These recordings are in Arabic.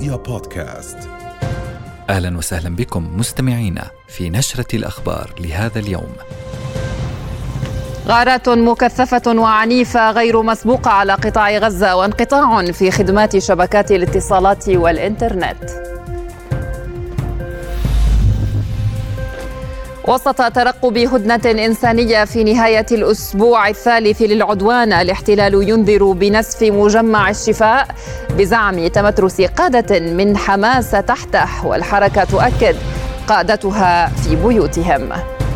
رؤيا بودكاست. أهلا وسهلا بكم مستمعينا في نشرة الأخبار لهذا اليوم. غارات مكثفة وعنيفة غير مسبوقة على قطاع غزة وانقطاع في خدمات شبكات الاتصالات والإنترنت. وسط ترقب هدنة إنسانية في نهاية الأسبوع الثالث للعدوان، الاحتلال ينذر بنسف مجمع الشفاء بزعم تمترس قادة من حماس تحته، والحركة تؤكد قادتها في بيوتهم.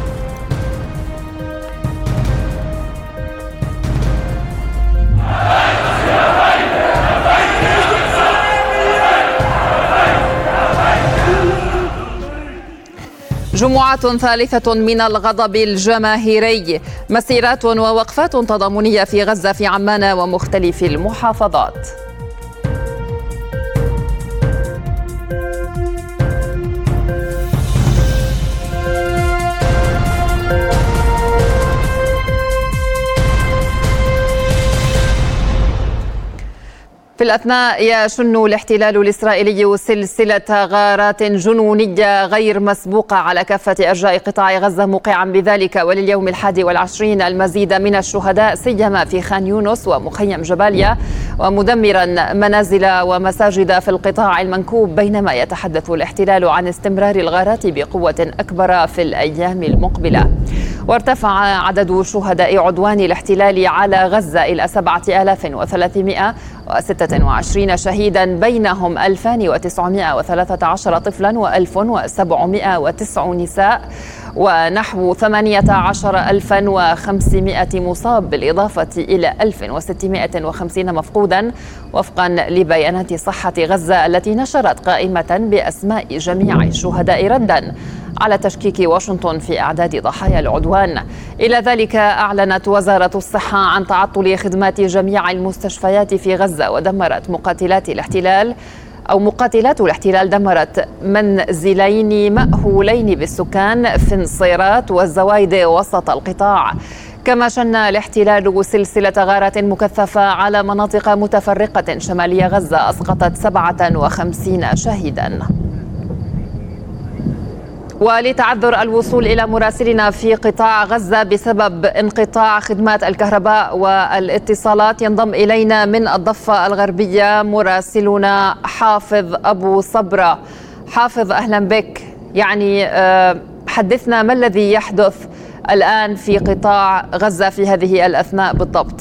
جمعات ثالثة من الغضب الجماهيري، مسيرات ووقفات تضامنية في غزة في عمان ومختلف المحافظات. في الأثناء يشن الاحتلال الإسرائيلي سلسلة غارات جنونية غير مسبوقة على كافة أرجاء قطاع غزة، موقعا بذلك ولليوم 21 المزيد من الشهداء سيما في خان يونس ومخيم جباليا، ومدمرا منازل ومساجد في القطاع المنكوب، بينما يتحدث الاحتلال عن استمرار الغارات بقوة أكبر في الأيام المقبلة. وارتفع عدد شهداء عدوان الاحتلال على غزة إلى 7326 شهيدا، بينهم 2913 طفلا و1709 نساء ونحو 18500 مصاب، بالإضافة إلى 1650 مفقودا، وفقا لبيانات صحة غزة التي نشرت قائمة بأسماء جميع الشهداء ردا على تشكيك واشنطن في أعداد ضحايا العدوان. إلى ذلك أعلنت وزارة الصحة عن تعطل خدمات جميع المستشفيات في غزة، ودمرت مقاتلات الاحتلال دمرت منزلين مأهولين بالسكان في نصيرات والزوايد وسط القطاع. كما شن الاحتلال سلسلة غارات مكثفة على مناطق متفرقة شمالية غزة أسقطت 57 شهيدا. ولتعذر الوصول إلى مراسلنا في قطاع غزة بسبب انقطاع خدمات الكهرباء والاتصالات، ينضم إلينا من الضفة الغربية مراسلنا حافظ أبو صبرة. حافظ، أهلا بك. حدثنا ما الذي يحدث الآن في قطاع غزة في هذه الأثناء بالضبط؟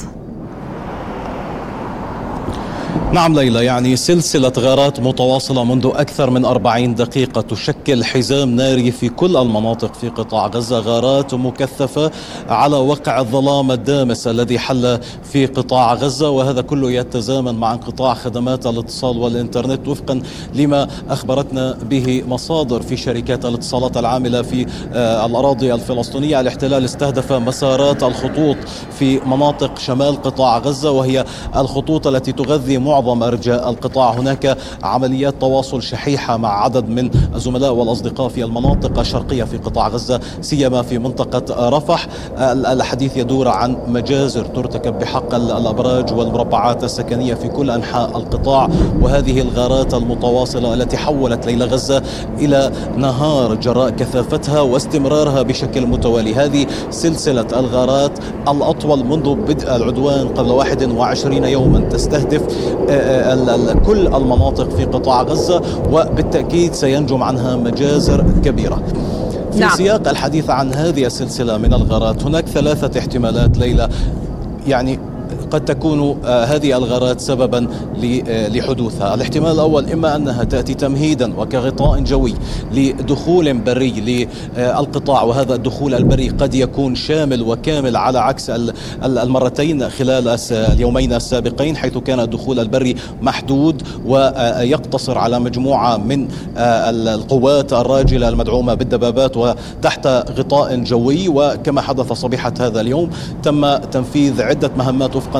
نعم ليلى، سلسلة غارات متواصلة منذ أكثر من 40 دقيقة تشكل حزام ناري في كل المناطق في قطاع غزة، غارات مكثفة على وقع الظلام الدامس الذي حل في قطاع غزة، وهذا كله يتزامن مع انقطاع خدمات الاتصال والإنترنت وفقا لما أخبرتنا به مصادر في شركات الاتصالات العاملة في الأراضي الفلسطينية. الاحتلال استهدف مسارات الخطوط في مناطق شمال قطاع غزة، وهي الخطوط التي تغذي معظم أرجاء القطاع. هناك عمليات تواصل شحيحة مع عدد من الزملاء والأصدقاء في المناطق الشرقية في قطاع غزة، سيما في منطقة رفح. الحديث يدور عن مجازر ترتكب بحق الأبراج والمربعات السكنية في كل أنحاء القطاع، وهذه الغارات المتواصلة التي حولت ليل غزة إلى نهار جراء كثافتها واستمرارها بشكل متوالي. هذه سلسلة الغارات الأطول منذ بدء العدوان قبل 21 يوما، تستهدف كل المناطق في قطاع غزة، وبالتأكيد سينجم عنها مجازر كبيرة. في سياق الحديث عن هذه السلسلة من الغارات هناك 3 احتمالات ليلى. قد تكون هذه الغارات سببا لحدوثها. الاحتمال الأول إما أنها تأتي تمهيدا وكغطاء جوي لدخول بري للقطاع، وهذا الدخول البري قد يكون شامل وكامل على عكس المرتين خلال اليومين السابقين، حيث كان الدخول البري محدود ويقتصر على مجموعة من القوات الراجلة المدعومة بالدبابات وتحت غطاء جوي. وكما حدث صبيحة هذا اليوم تم تنفيذ عدة مهمات وفقا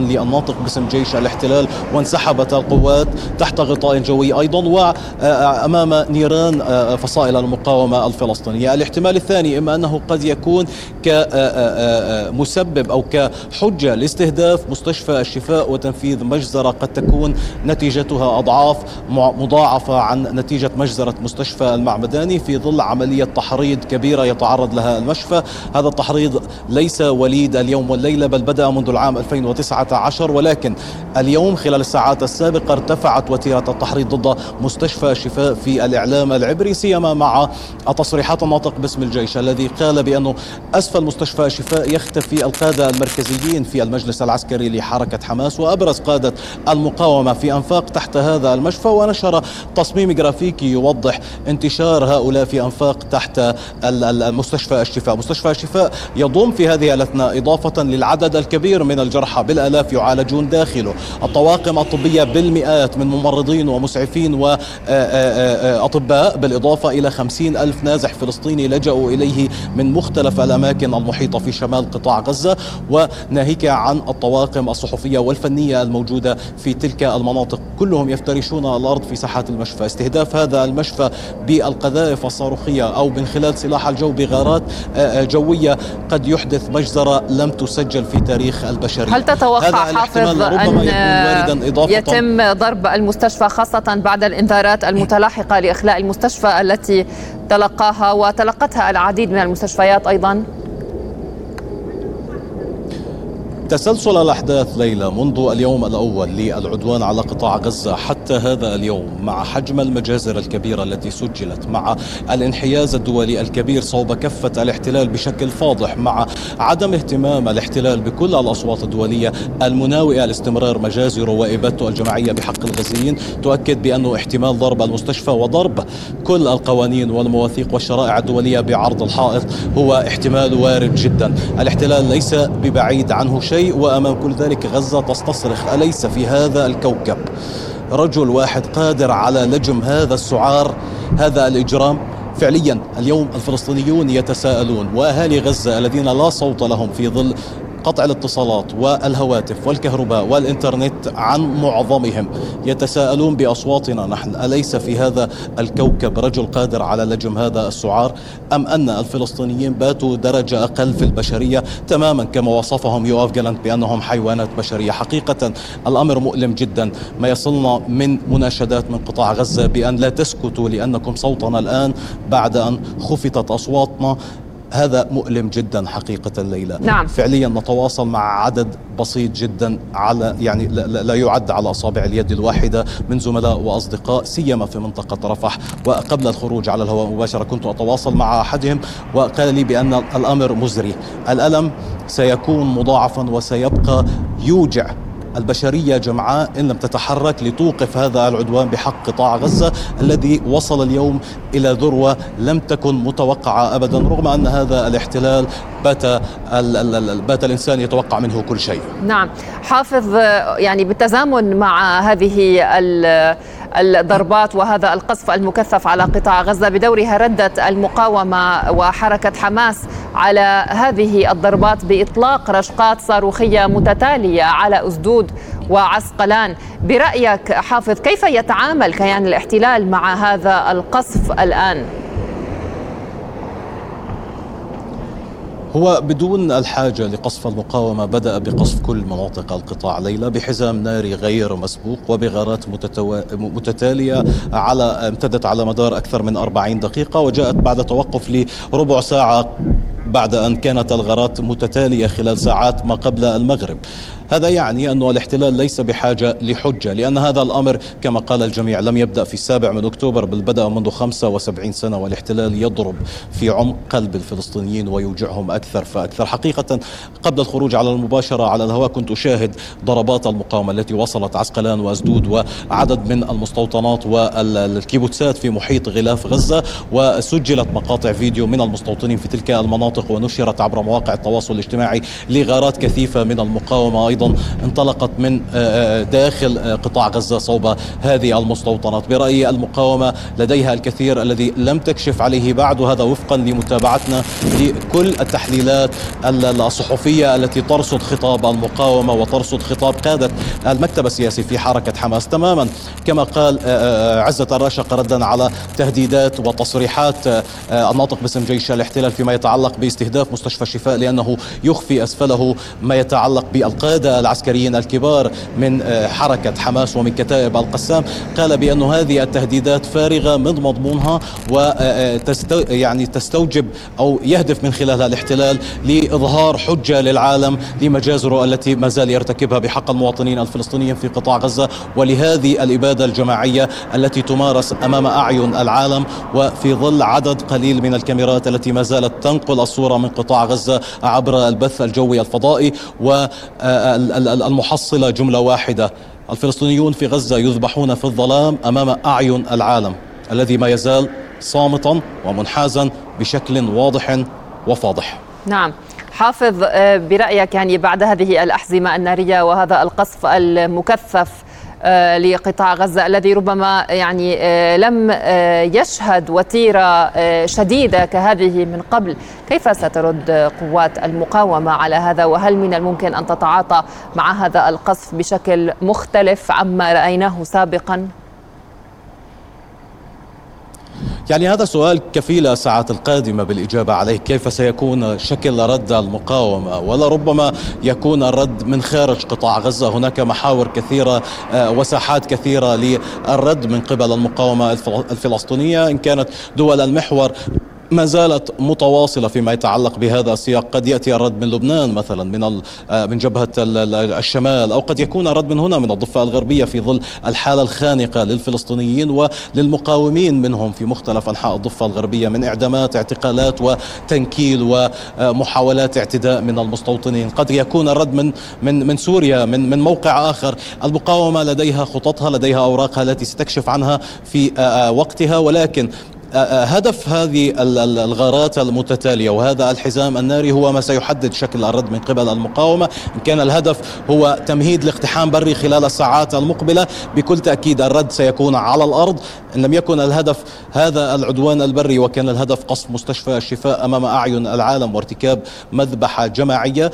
للناطق باسم جيش الاحتلال، وانسحبت القوات تحت غطاء جوي أيضا وأمام نيران فصائل المقاومة الفلسطينية. الاحتمال الثاني إما أنه قد يكون كمسبب أو كحجة لاستهداف مستشفى الشفاء وتنفيذ مجزرة قد تكون نتيجتها أضعاف مضاعفة عن نتيجة مجزرة مستشفى المعمداني في ظل عملية تحريض كبيرة يتعرض لها المشفى. هذا التحريض ليس وليد اليوم والليلة، بل بدأ منذ العام 2019، ولكن اليوم خلال الساعات السابقة ارتفعت وتيرة التحريض ضد مستشفى الشفاء في الإعلام العبري، سيما مع تصريحات الناطق باسم الجيش الذي قال بأنه أسفل مستشفى الشفاء يختفي القادة المركزيين في المجلس العسكري لحركة حماس وأبرز قادة المقاومة في أنفاق تحت هذا المشفى، ونشر تصميم جرافيكي يوضح انتشار هؤلاء في أنفاق تحت المستشفى الشفاء. مستشفى الشفاء يضم في هذه الأثناء إضافة للعدد الكبير من الجرحى بالآلاف يعالجون داخله، الطواقم الطبية بالمئات من ممرضين ومسعفين وأطباء، بالإضافة إلى 50,000 نازح فلسطيني لجأوا إليه من مختلف الأماكن المحيطة في شمال قطاع غزة، وناهيك عن الطواقم الصحفية والفنية الموجودة في تلك المناطق. كلهم يفترشون الأرض في ساحات المشفى. استهداف هذا المشفى بالقذائف الصاروخية أو من خلال سلاح الجو بغارات جوية قد يحدث مجزرة لم تسجل في تاريخ البشرية. هل تتوقع حافظ أن يتم ضرب المستشفى خاصة بعد الإنذارات المتلاحقة لإخلاء المستشفى التي تلقاها وتلقتها العديد من المستشفيات أيضا؟ تسلسل الأحداث ليلى منذ اليوم الأول للعدوان على قطاع غزة حتى هذا اليوم، مع حجم المجازر الكبيرة التي سجلت، مع الانحياز الدولي الكبير صوب كفة الاحتلال بشكل فاضح، مع عدم اهتمام الاحتلال بكل الأصوات الدولية المناوئة لاستمرار مجازره وإبادته الجماعية بحق الغزيين، تؤكد بأنه احتمال ضرب المستشفى وضرب كل القوانين والمواثيق والشرائع الدولية بعرض الحائط هو احتمال وارد جدا. الاحتلال ليس ببعيد عنه شيء، وأمام كل ذلك غزة تستصرخ: أليس في هذا الكوكب رجل واحد قادر على لجم هذا السعار، هذا الإجرام؟ فعليا اليوم الفلسطينيون يتساءلون، وأهالي غزة الذين لا صوت لهم في ظل قطع الاتصالات والهواتف والكهرباء والإنترنت عن معظمهم يتساءلون بأصواتنا نحن: أليس في هذا الكوكب رجل قادر على لجم هذا السعار؟ أم أن الفلسطينيين باتوا درجة أقل في البشرية تماما كما وصفهم يوآف جالانت بأنهم حيوانات بشرية؟ حقيقة الأمر مؤلم جدا ما يصلنا من مناشدات من قطاع غزة بأن لا تسكتوا لأنكم صوتنا الآن بعد أن خفتت أصواتنا. هذا مؤلم جدا حقيقة ليلى. نعم. فعليا نتواصل مع عدد بسيط جدا، على يعني لا يعد على أصابع اليد الواحدة، من زملاء وأصدقاء سيما في منطقة رفح. وقبل الخروج على الهواء مباشرة كنت أتواصل مع أحدهم وقال لي بأن الأمر مزري، الألم سيكون مضاعفا وسيبقى يوجع البشرية جمعاء إن لم تتحرك لتوقف هذا العدوان بحق قطاع غزة الذي وصل اليوم إلى ذروة لم تكن متوقعة أبدا، رغم أن هذا الاحتلال بات الإنسان يتوقع منه كل شيء. نعم حافظ، يعني بالتزامن مع هذه الضربات وهذا القصف المكثف على قطاع غزة، بدورها ردت المقاومة وحركة حماس على هذه الضربات بإطلاق رشقات صاروخية متتالية على أسدود وعسقلان. برأيك حافظ كيف يتعامل كيان الاحتلال مع هذا القصف الآن؟ هو بدون الحاجة لقصف المقاومة بدأ بقصف كل مناطق القطاع ليلى بحزام ناري غير مسبوق وبغارات متتالية امتدت على مدار أكثر من 40 دقيقة، وجاءت بعد توقف لربع ساعة بعد أن كانت الغارات متتالية خلال ساعات ما قبل المغرب. هذا يعني أن الاحتلال ليس بحاجة لحجة، لأن هذا الأمر كما قال الجميع لم يبدأ في 7 أكتوبر، بل بدأ منذ 75 سنة، والاحتلال يضرب في عمق قلب الفلسطينيين ويوجعهم أكثر فأكثر. حقيقة قبل الخروج على المباشرة على الهواء كنت أشاهد ضربات المقاومة التي وصلت عسقلان وأسدود وعدد من المستوطنات والكيبوتسات في محيط غلاف غزة، وسجلت مقاطع فيديو من المستوطنين في تلك المناطق المناطق ونشرت عبر مواقع التواصل الاجتماعي لغارات كثيفة من المقاومة أيضا انطلقت من داخل قطاع غزة صوب هذه المستوطنات. برأيي المقاومة لديها الكثير الذي لم تكشف عليه بعد، وهذا وفقا لمتابعتنا لكل التحليلات الصحفية التي ترصد خطاب المقاومة وترصد خطاب قادة المكتب السياسي في حركة حماس، تماما كما قال عزة الراشق ردا على تهديدات وتصريحات الناطق باسم جيش الاحتلال فيما يتعلق باستهداف مستشفى الشفاء لأنه يخفي أسفله ما يتعلق بالقادة العسكريين الكبار من حركة حماس ومن كتائب القسام. قال بأن هذه التهديدات فارغة من مضمونها يعني تستوجب أو يهدف من خلالها الاحتلال لإظهار حجة للعالم لمجازره التي ما زال يرتكبها بحق المواطنين الفلسطينيين في قطاع غزة، ولهذه الإبادة الجماعية التي تمارس أمام أعين العالم وفي ظل عدد قليل من الكاميرات التي ما زالت تنقل الصورة من قطاع غزة عبر البث الجوي الفضائي. والمحصلة جملة واحدة: الفلسطينيون في غزة يذبحون في الظلام أمام أعين العالم الذي ما يزال صامتا ومنحازا بشكل واضح وفاضح. نعم حافظ، برأيك يعني بعد هذه الأحزمة النارية وهذا القصف المكثف لقطاع غزة الذي ربما يعني لم يشهد وتيرة شديدة كهذه من قبل، كيف سترد قوات المقاومة على هذا؟ وهل من الممكن أن تتعاطى مع هذا القصف بشكل مختلف عما رأيناه سابقا؟ يعني هذا سؤال كفيل الساعات القادمة بالإجابة عليه، كيف سيكون شكل رد المقاومة، ولربما يكون الرد من خارج قطاع غزة. هناك محاور كثيرة وساحات كثيرة للرد من قبل المقاومة الفلسطينية، إن كانت دول المحور ما زالت متواصلة فيما يتعلق بهذا السياق. قد يأتي الرد من لبنان مثلا من جبهة الشمال، أو قد يكون الرد من هنا من الضفة الغربية في ظل الحالة الخانقة للفلسطينيين وللمقاومين منهم في مختلف أنحاء الضفة الغربية من إعدامات، اعتقالات وتنكيل ومحاولات اعتداء من المستوطنين. قد يكون الرد من سوريا من موقع آخر. المقاومة لديها خططها، لديها أوراقها التي ستكشف عنها في وقتها، ولكن هدف هذه الغارات المتتالية وهذا الحزام الناري هو ما سيحدد شكل الرد من قبل المقاومة. إن كان الهدف هو تمهيد لاقتحام بري خلال الساعات المقبلة، بكل تأكيد الرد سيكون على الأرض. إن لم يكن الهدف هذا العدوان البري وكان الهدف قصف مستشفى الشفاء أمام أعين العالم وارتكاب مذبحة جماعية،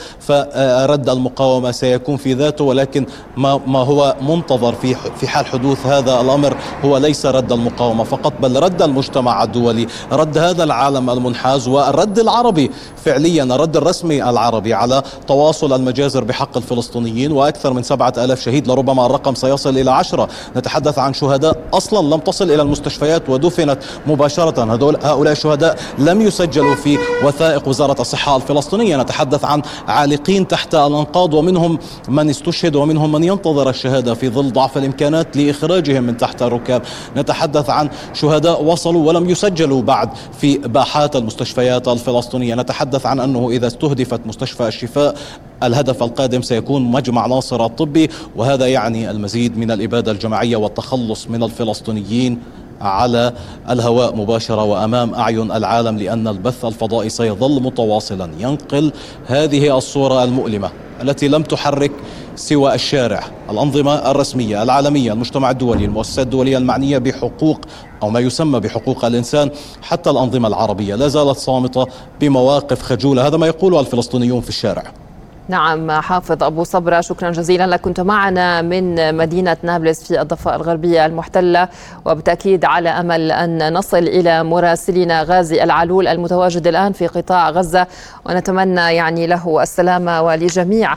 فرد المقاومة سيكون في ذاته. ولكن ما هو منتظر في حال حدوث هذا الأمر هو ليس رد المقاومة فقط، بل رد المجتمع الدولي، رد هذا العالم المنحاز، والرد العربي فعليا، الرد الرسمي العربي على تواصل المجازر بحق الفلسطينيين. وأكثر من 7,000 شهيد، لربما الرقم سيصل إلى 10. نتحدث عن شهداء أصلا لم تصل إلى المستشفيات ودفنت مباشرة. هؤلاء الشهداء لم يسجلوا في وثائق وزارة الصحة الفلسطينية. نتحدث عن عالقين تحت الأنقاض، ومنهم من استشهد ومنهم من ينتظر الشهادة في ظل ضعف الإمكانات لإخراجهم من تحت الركاب. نتحدث عن شهداء وصلوا ولم يسجلوا بعد في باحات المستشفيات الفلسطينية. نتحدث عن أنه إذا استهدفت مستشفى الشفاء الهدف القادم سيكون مجمع ناصر الطبي، وهذا يعني المزيد من الإبادة الجماعية والتخلص من الفلسطينيين على الهواء مباشرة وأمام أعين العالم، لأن البث الفضائي سيظل متواصلا ينقل هذه الصورة المؤلمة التي لم تحرك سوى الشارع، الأنظمة الرسمية العالمية، المجتمع الدولي، المؤسسات الدولية المعنية بحقوق أو ما يسمى بحقوق الإنسان، حتى الأنظمة العربية لا زالت صامتة بمواقف خجولة. هذا ما يقوله الفلسطينيون في الشارع. نعم حافظ أبو صبرة، شكرا جزيلا لك، كنت معنا من مدينة نابلس في الضفة الغربية المحتلة، وبالتأكيد على أمل أن نصل إلى مراسلنا غازي العلول المتواجد الآن في قطاع غزة، ونتمنى يعني له السلامة ولجميع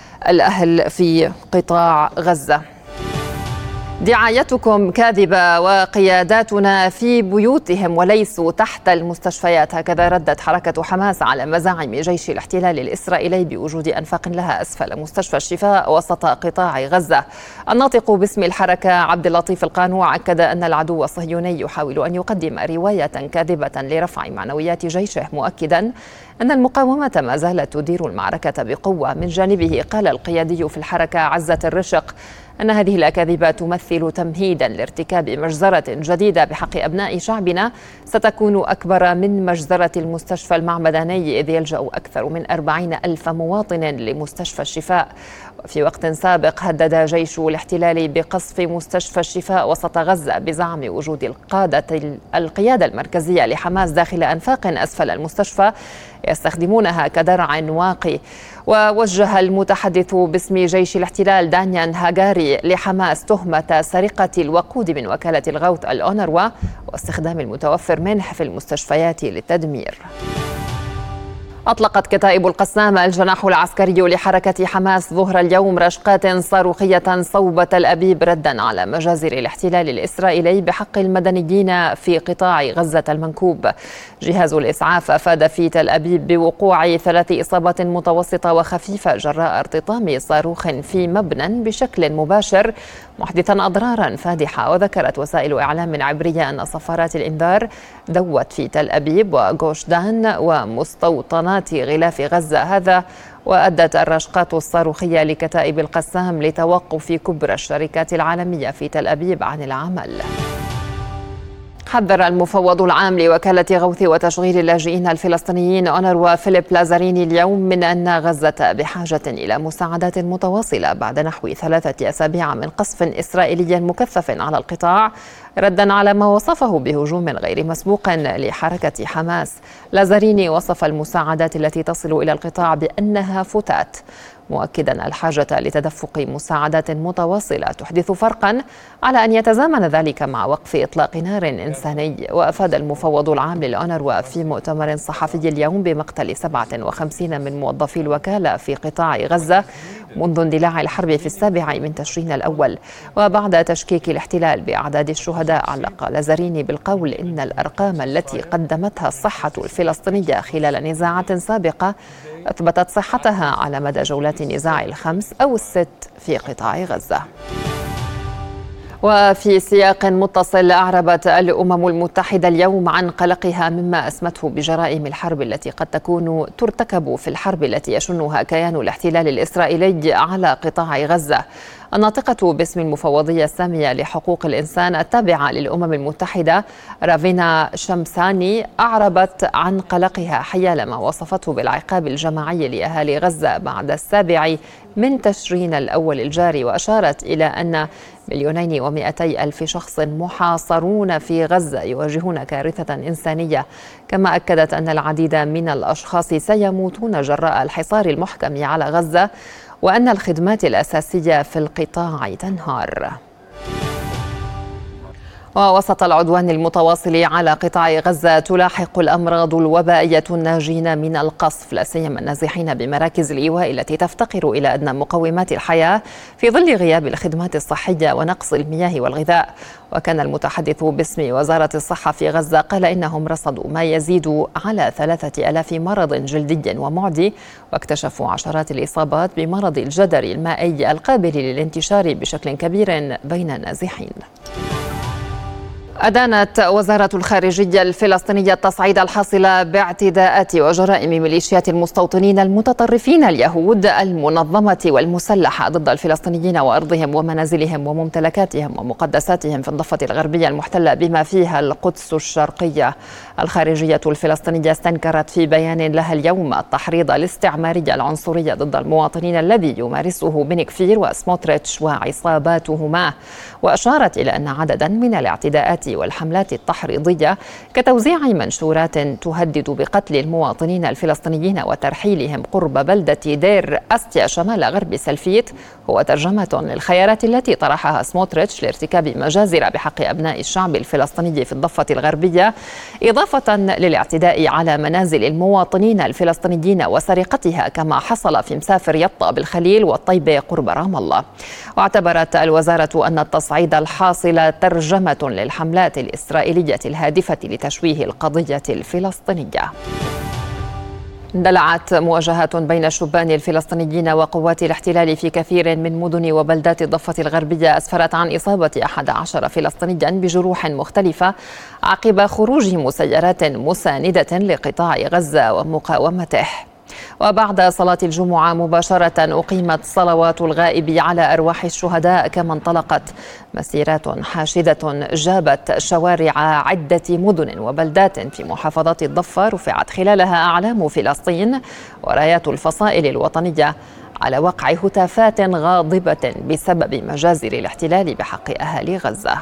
الأهل في قطاع غزة. دعايتكم كاذبة وقياداتنا في بيوتهم وليسوا تحت المستشفيات، هكذا ردت حركة حماس على مزاعم جيش الاحتلال الإسرائيلي بوجود أنفاق لها أسفل مستشفى الشفاء وسط قطاع غزة. الناطق باسم الحركة عبد اللطيف القانوع أكد أن العدو الصهيوني يحاول أن يقدم رواية كاذبة لرفع معنويات جيشه، مؤكدا أن المقاومة ما زالت تدير المعركة بقوة. من جانبه قال القيادي في الحركة عزة الرشق أن هذه الأكاذيب تمثل تمهيدا لارتكاب مجزرة جديدة بحق أبناء شعبنا ستكون أكبر من مجزرة المستشفى المعمداني، إذ يلجأ أكثر من 40,000 مواطن لمستشفى الشفاء. في وقت سابق هدد جيش الاحتلال بقصف مستشفى الشفاء وسط غزة بزعم وجود القيادة المركزية لحماس داخل أنفاق أسفل المستشفى يستخدمونها كدرع واقي. ووجه المتحدث باسم جيش الاحتلال دانيان هاجاري لحماس تهمة سرقة الوقود من وكالة الغوث الأونروا واستخدام المتوفر منه في المستشفيات للتدمير. أطلقت كتائب القسام الجناح العسكري لحركة حماس ظهر اليوم رشقات صاروخية صوب تل أبيب ردا على مجازر الاحتلال الإسرائيلي بحق المدنيين في قطاع غزة المنكوب. جهاز الإسعاف أفاد في تل أبيب بوقوع 3 إصابات متوسطة وخفيفة جراء ارتطام صاروخ في مبنى بشكل مباشر محدثا أضرارا فادحة. وذكرت وسائل إعلام عبرية أن صفارات الإنذار دوت في تل أبيب وغوش دان ومستوطنات غلاف غزة. هذا وأدت الرشقات الصاروخية لكتائب القسام لتوقف كبرى الشركات العالمية في تل أبيب عن العمل. حذر المفوض العام لوكالة غوث وتشغيل اللاجئين الفلسطينيين أونروا فيليب لازاريني اليوم من أن غزة بحاجة إلى مساعدات متواصلة بعد نحو 3 أسابيع من قصف إسرائيلي مكثف على القطاع، ردا على ما وصفه بهجوم غير مسبوق لحركة حماس. لازاريني وصف المساعدات التي تصل إلى القطاع بأنها فتات، مؤكدا الحاجة لتدفق مساعدات متواصلة تحدث فرقا على أن يتزامن ذلك مع وقف إطلاق نار إنساني. وأفاد المفوض العام للأونروا في مؤتمر صحفي اليوم بمقتل 57 من موظفي الوكالة في قطاع غزة منذ اندلاع الحرب في 7 من تشرين الأول. وبعد تشكيك الاحتلال بأعداد الشهداء، علق لازاريني بالقول إن الأرقام التي قدمتها الصحة الفلسطينية خلال نزاعات سابقة أثبتت صحتها على مدى جولات النزاع ال5 أو ال6 في قطاع غزة. وفي سياق متصل، أعربت الأمم المتحدة اليوم عن قلقها مما أسمته بجرائم الحرب التي قد تكون ترتكب في الحرب التي يشنها كيان الاحتلال الإسرائيلي على قطاع غزة. الناطقة باسم المفوضية السامية لحقوق الإنسان التابعة للأمم المتحدة رافينا شمساني أعربت عن قلقها حيال ما وصفته بالعقاب الجماعي لأهالي غزة بعد 7 من تشرين الأول الجاري، وأشارت إلى أن 2,200,000 شخص محاصرون في غزة يواجهون كارثة إنسانية. كما أكدت أن العديد من الأشخاص سيموتون جراء الحصار المحكم على غزة، وأن الخدمات الأساسية في القطاع تنهار. ووسط العدوان المتواصل على قطاع غزة، تلاحق الأمراض الوبائية الناجين من القصف لا سيما النازحين بمراكز الإيواء التي تفتقر إلى أدنى مقومات الحياة في ظل غياب الخدمات الصحية ونقص المياه والغذاء. وكان المتحدث باسم وزارة الصحة في غزة قال إنهم رصدوا ما يزيد على 3,000 مرض جلدي ومعدي، واكتشفوا عشرات الإصابات بمرض الجدري المائي القابل للانتشار بشكل كبير بين النازحين. أدانت وزارة الخارجية الفلسطينية التصعيد الحاصل باعتداءات وجرائم ميليشيات المستوطنين المتطرفين اليهود المنظمة والمسلحة ضد الفلسطينيين وأرضهم ومنازلهم وممتلكاتهم ومقدساتهم في الضفة الغربية المحتلة بما فيها القدس الشرقية. الخارجية الفلسطينية استنكرت في بيان لها اليوم التحريض الاستعماري العنصري ضد المواطنين الذي يمارسه بن كفير وسموتريتش وعصاباتهما، وأشارت إلى أن عددا من الاعتداءات والحملات التحريضية كتوزيع منشورات تهدد بقتل المواطنين الفلسطينيين وترحيلهم قرب بلدة دير أستيا شمال غرب سلفيت هو ترجمة للخيارات التي طرحها سموتريتش لارتكاب مجازر بحق أبناء الشعب الفلسطيني في الضفة الغربية، إضافة للاعتداء على منازل المواطنين الفلسطينيين وسرقتها كما حصل في مسافر يطا بالخليل والطيبة قرب رام الله. واعتبرت الوزارة أن التصعيد الحاصل ترجمة للحملات الإسرائيلية الهادفة لتشويه القضية الفلسطينية. اندلعت مواجهات بين الشبان الفلسطينيين وقوات الاحتلال في كثير من مدن وبلدات الضفة الغربية أسفرت عن إصابة 11 فلسطينيا بجروح مختلفة عقب خروج مسيرات مساندة لقطاع غزة ومقاومته. وبعد صلاة الجمعة مباشرة أقيمت صلوات الغائب على أرواح الشهداء، كما انطلقت مسيرات حاشدة جابت شوارع عدة مدن وبلدات في محافظات الضفة، رفعت خلالها أعلام فلسطين ورايات الفصائل الوطنية على وقع هتافات غاضبة بسبب مجازر الاحتلال بحق أهالي غزة.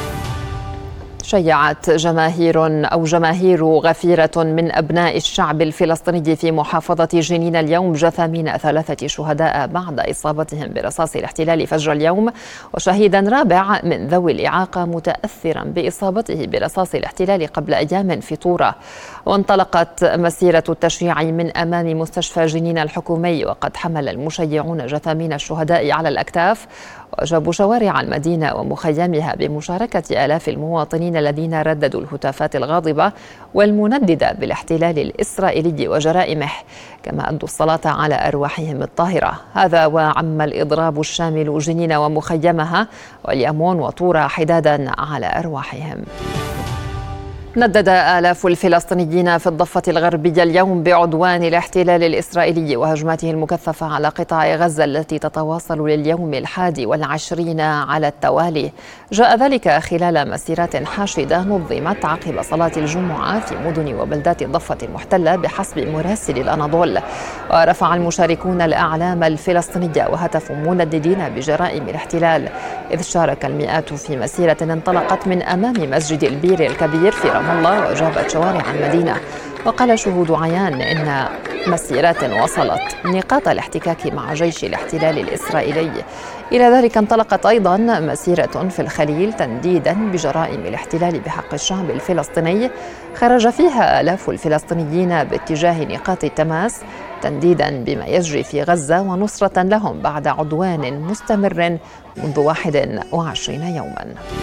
شيعت جماهير غفيرة من أبناء الشعب الفلسطيني في محافظة جنين اليوم جثامين 3 شهداء بعد إصابتهم برصاص الاحتلال فجر اليوم، وشهيدا رابع من ذوي الإعاقة متأثرا بإصابته برصاص الاحتلال قبل أيام في طورة. وانطلقت مسيرة التشييع من أمام مستشفى جنين الحكومي، وقد حمل المشيعون جثامين الشهداء على الأكتاف وجابوا شوارع المدينة ومخيمها بمشاركة آلاف المواطنين الذين رددوا الهتافات الغاضبة والمنددة بالاحتلال الإسرائيلي وجرائمه، كما أدوا الصلاة على أرواحهم الطاهرة. هذا وعم الإضراب الشامل جنين ومخيمها واليمون وطورة حدادا على أرواحهم. ندد آلاف الفلسطينيين في الضفة الغربية اليوم بعدوان الاحتلال الإسرائيلي وهجماته المكثفة على قطاع غزة التي تتواصل لليوم 21 على التوالي. جاء ذلك خلال مسيرات حاشدة نظمت عقب صلاة الجمعة في مدن وبلدات الضفة المحتلة بحسب مراسل الأناضول. ورفع المشاركون الأعلام الفلسطينية وهتفوا منددين بجرائم الاحتلال، إذ شارك المئات في مسيرة انطلقت من أمام مسجد البير الكبير في رام الله وجابت شوارع المدينة. وقال شهود عيان إن مسيرات وصلت نقاط الاحتكاك مع جيش الاحتلال الإسرائيلي. إلى ذلك انطلقت أيضا مسيرة في الخليل تنديدا بجرائم الاحتلال بحق الشعب الفلسطيني، خرج فيها آلاف الفلسطينيين باتجاه نقاط التماس تنديدا بما يجري في غزة ونصرة لهم بعد عدوان مستمر منذ 21 يوما.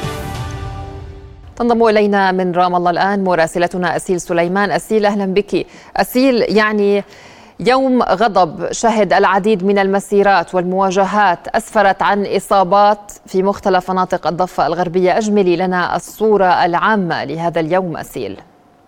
تنضم إلينا من رام الله الآن مراسلتنا أسيل سليمان. أسيل، أهلا بك. أسيل، يعني يوم غضب شهد العديد من المسيرات والمواجهات أسفرت عن إصابات في مختلف مناطق الضفة الغربية. أجملي لنا الصورة العامة لهذا اليوم أسيل.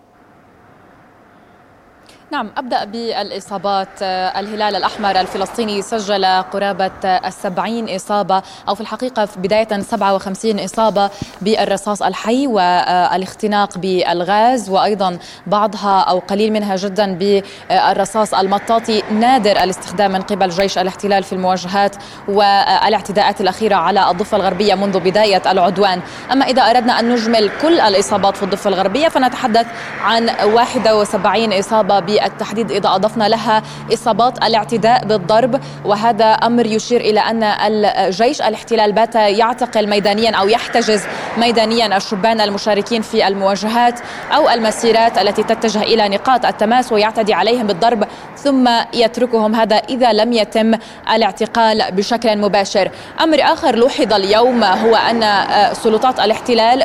نعم، أبدأ بالإصابات. الهلال الأحمر الفلسطيني سجل قرابة 70 إصابة، أو في الحقيقة في بداية 57 إصابة بالرصاص الحي والاختناق بالغاز، وأيضا بعضها أو قليل منها جدا بالرصاص المطاطي. نادر الاستخدام من قبل جيش الاحتلال في المواجهات والاعتداءات الأخيرة على الضفة الغربية منذ بداية العدوان. أما إذا أردنا أن نجمل كل الإصابات في الضفة الغربية فنتحدث عن 71 إصابة بالتحديد، إذا أضفنا لها إصابات الاعتداء بالضرب، وهذا أمر يشير إلى أن الجيش الاحتلال بات يعتقل ميدانيا أو يحتجز ميدانيا الشبان المشاركين في المواجهات أو المسيرات التي تتجه إلى نقاط التماس ويعتدي عليهم بالضرب ثم يتركهم، هذا إذا لم يتم الاعتقال بشكل مباشر. أمر آخر لوحظ اليوم هو أن سلطات الاحتلال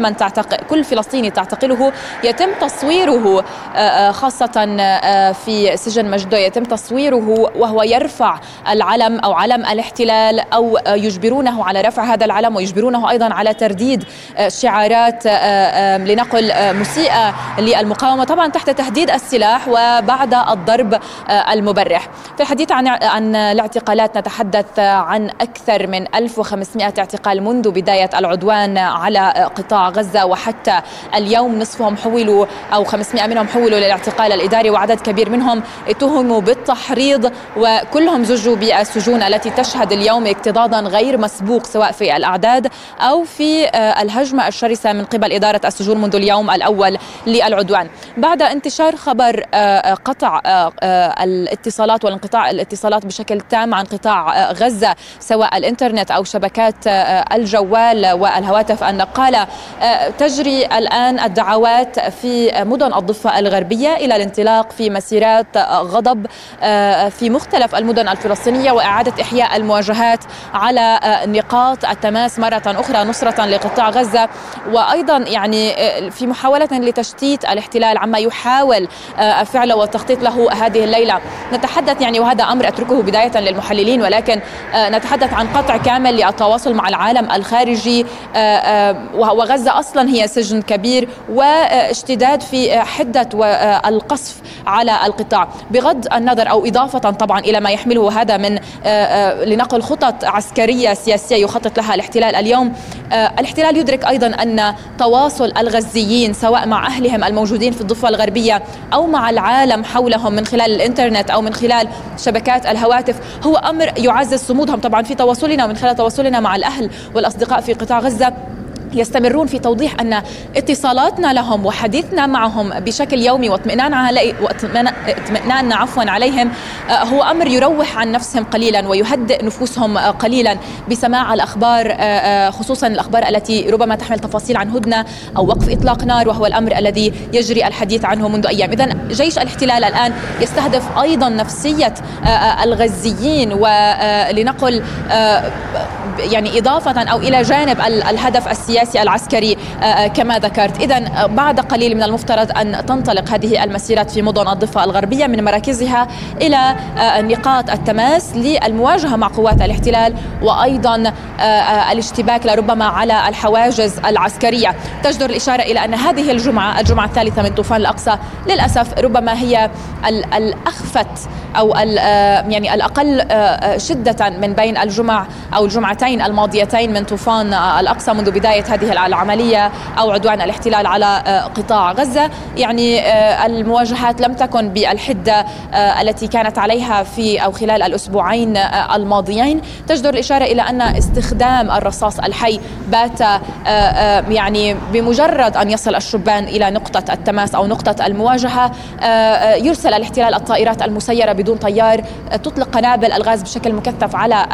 كل فلسطيني تعتقله يتم تصويره، خاصة في سجن مجدو يتم تصويره وهو يرفع العلم أو علم الاحتلال، أو يجبرونه على رفع هذا العلم ويجبرونه أيضا على ترديد شعارات لنقل مسيئة للمقاومة، طبعا تحت تهديد السلاح وبعد الضرب المبرح. في الحديث عن الاعتقالات نتحدث عن أكثر من 1500 اعتقال منذ بداية العدوان على قطاع غزة، وحتى اليوم نصفهم حولوا أو 500 منهم حولوا للاعتقال الإداري، وعدد كبير منهم اتهموا بالتحريض، وكلهم زجوا بالسجون التي تشهد اليوم اكتظاظا غير مسبوق سواء في الأعداد أو في الهجمة الشرسة من قبل إدارة السجون منذ اليوم الأول للعدوان. بعد انتشار خبر قطع الاتصالات والانقطاع الاتصالات بشكل تام عن قطاع غزة سواء الإنترنت أو شبكات الجوال والهواتف النقالة، تجري الآن الدعوات في مدن الضفة الغربية إلى الانطلاق في مسيرات غضب في مختلف المدن الفلسطينية وإعادة إحياء المواجهات على نقاط التماس مرة أخرى نصرة لقطاع غزة، وأيضا يعني في محاولة لتشتيت الاحتلال عما يحاول فعله والتخطيط له هذه الليلة. نتحدث يعني، وهذا أمر أتركه بداية للمحللين، ولكن نتحدث عن قطع كامل للتواصل مع العالم الخارجي، وغزة أصلا هي سجن كبير، واشتداد في حدة القصف على القطاع، بغض النظر أو إضافة طبعا إلى ما يحمله هذا من لنقل خطط عسكرية سياسية يخطط لها الاحتلال اليوم. الاحتلال يدرك أيضا أن تواصل الغزيين سواء مع أهلهم الموجودين في الضفة الغربية أو مع العالم حولهم من خلال الإنترنت أو من خلال شبكات الهواتف هو أمر يعزز صمودهم. طبعا في تواصلنا ومن خلال تواصلنا مع الأهل والأصدقاء في قطاع غزة يستمرون في توضيح أن اتصالاتنا لهم وحديثنا معهم بشكل يومي واطمئنان عليهم هو أمر يروح عن نفسهم قليلا ويهدئ نفوسهم قليلا بسماع الأخبار، خصوصا الأخبار التي ربما تحمل تفاصيل عن هدنة أو وقف إطلاق نار، وهو الأمر الذي يجري الحديث عنه منذ أيام. إذن جيش الاحتلال الآن يستهدف أيضا نفسية الغزيين، ولنقل يعني إضافة أو إلى جانب الهدف السياسي العسكري كما ذكرت. إذن بعد قليل من المفترض أن تنطلق هذه المسيرات في مدن الضفة الغربية من مراكزها إلى نقاط التماس للمواجهة مع قوات الاحتلال، وأيضا الاشتباك لربما على الحواجز العسكرية. تجدر الإشارة إلى أن هذه الجمعة الثالثة من طوفان الأقصى للأسف ربما هي الأخفت أو يعني الأقل شدة من بين الجمع أو الجمعتين الماضيتين من طوفان الأقصى منذ بداية هذه العملية أو عدوان الاحتلال على قطاع غزة. يعني المواجهات لم تكن بالحدة التي كانت عليها في أو خلال الأسبوعين الماضيين. تجدر الإشارة إلى أن استخدام الرصاص الحي بات يعني بمجرد أن يصل الشبان إلى نقطة التماس أو نقطة المواجهة يرسل الاحتلال الطائرات المسيرة بدون طيار تطلق قنابل الغاز بشكل مكثف على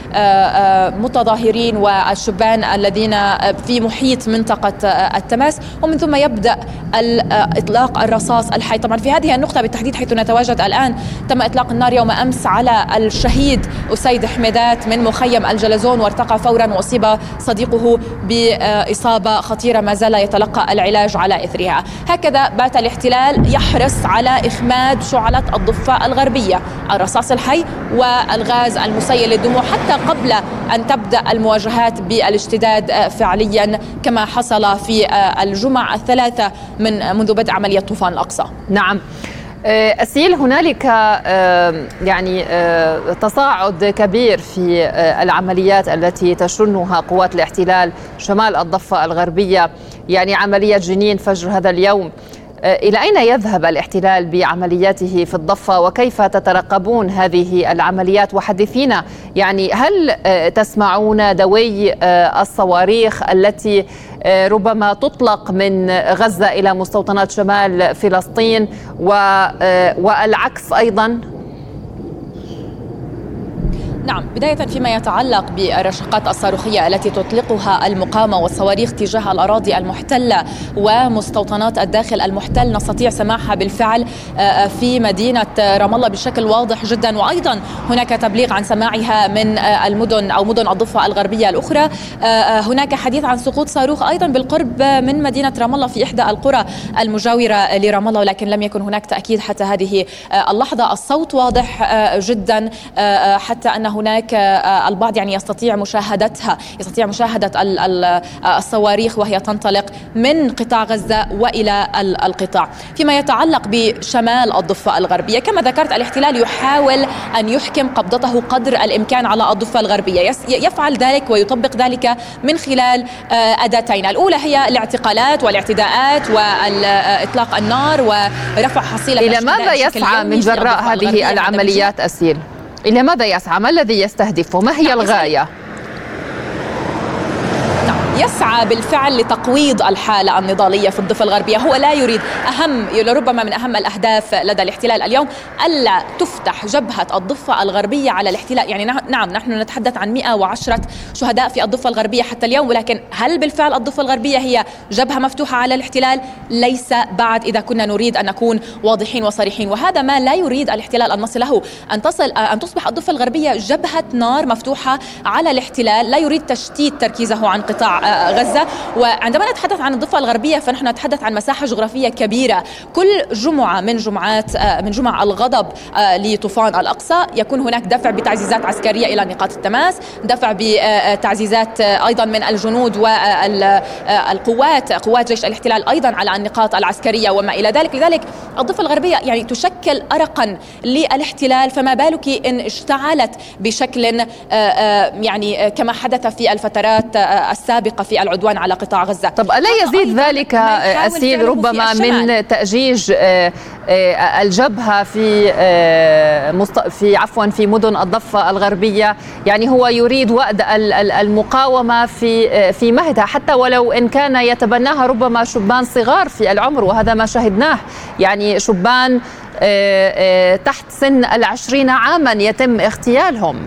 المتظاهرين والشبان الذين في محيط منطقة التماس، ومن ثم يبدأ إطلاق الرصاص الحي. طبعا في هذه النقطة بالتحديد حيث نتواجد الآن تم إطلاق النار يوم أمس على الشهيد أسيد حميدات من مخيم الجلزون، وارتقى فورا وأصيب صديقه بإصابة خطيرة ما زال يتلقى العلاج على إثرها. هكذا بات الاحتلال يحرص على إخماد شعلة الضفة الغربية، الرصاص الحي والغاز المسيل للدموع حتى قبل أن تبدأ المواجهات بالاشتداد فعليا كما حصل في الجمع الثلاثة منذ بدء عملية طوفان الأقصى. نعم أسيل، هنالك يعني تصاعد كبير في العمليات التي تشنها قوات الاحتلال شمال الضفة الغربية، يعني عملية جنين فجر هذا اليوم. إلى أين يذهب الاحتلال بعملياته في الضفة وكيف تترقبون هذه العمليات؟ وحدثينا يعني هل تسمعون دوي الصواريخ التي ربما تطلق من غزة إلى مستوطنات شمال فلسطين والعكس أيضا؟ نعم، بداية فيما يتعلق بالرشقات الصاروخية التي تطلقها المقاومة والصواريخ تجاه الأراضي المحتلة ومستوطنات الداخل المحتل، نستطيع سماعها بالفعل في مدينة رام الله بشكل واضح جدا، وأيضا هناك تبليغ عن سماعها من المدن أو مدن الضفة الغربية الأخرى. هناك حديث عن سقوط صاروخ أيضا بالقرب من مدينة رام الله في إحدى القرى المجاورة لرام الله، ولكن لم يكن هناك تأكيد حتى هذه اللحظة. الصوت واضح جدا، حتى أن هناك البعض يعني يستطيع مشاهدة الصواريخ وهي تنطلق من قطاع غزة وإلى القطاع. فيما يتعلق بشمال الضفة الغربية كما ذكرت، الاحتلال يحاول أن يحكم قبضته قدر الإمكان على الضفة الغربية. يفعل ذلك ويطبق ذلك من خلال أداتين، الأولى هي الاعتقالات والاعتداءات وإطلاق النار ورفع حصيلة. إلى ماذا يسعى من جراء هذه العمليات أسيل؟ إلى ماذا يسعى؟ ما الذي يستهدفه؟ ما هي الغاية؟ يسعى بالفعل لتقويض الحالة النضالية في الضفة الغربية. هو لا يريد ربما من أهم الأهداف لدى الاحتلال اليوم ألا تفتح جبهة الضفة الغربية على الاحتلال. يعني نعم، نحن نتحدث عن 110 شهداء في الضفة الغربية حتى اليوم، ولكن هل بالفعل الضفة الغربية هي جبهة مفتوحة على الاحتلال؟ ليس بعد، إذا كنا نريد أن نكون واضحين وصريحين، وهذا ما لا يريد الاحتلال أن نصل له، أن تصبح الضفة الغربية جبهة نار مفتوحة على الاحتلال. لا يريد تشتيت تركيزه عن قطاع غزة. وعندما نتحدث عن الضفة الغربية فنحن نتحدث عن مساحة جغرافية كبيرة. كل جمعة من جمع الغضب لطوفان الأقصى يكون هناك دفع بتعزيزات عسكرية إلى نقاط التماس، دفع بتعزيزات أيضا من الجنود قوات جيش الاحتلال أيضا على النقاط العسكرية وما إلى ذلك. لذلك الضفة الغربية يعني تشكل أرقا للاحتلال، فما بالك إن اشتعلت بشكل يعني كما حدث في الفترات السابقة في العدوان على قطاع غزة. طب ألا يزيد ذلك أسيل ربما من تأجيج الجبهة في مدن الضفة الغربية؟ يعني هو يريد وأد المقاومة في مهدها، حتى ولو إن كان يتبناها ربما شبان صغار في العمر، وهذا ما شاهدناه، يعني شبان تحت سن 20 عاما يتم اغتيالهم.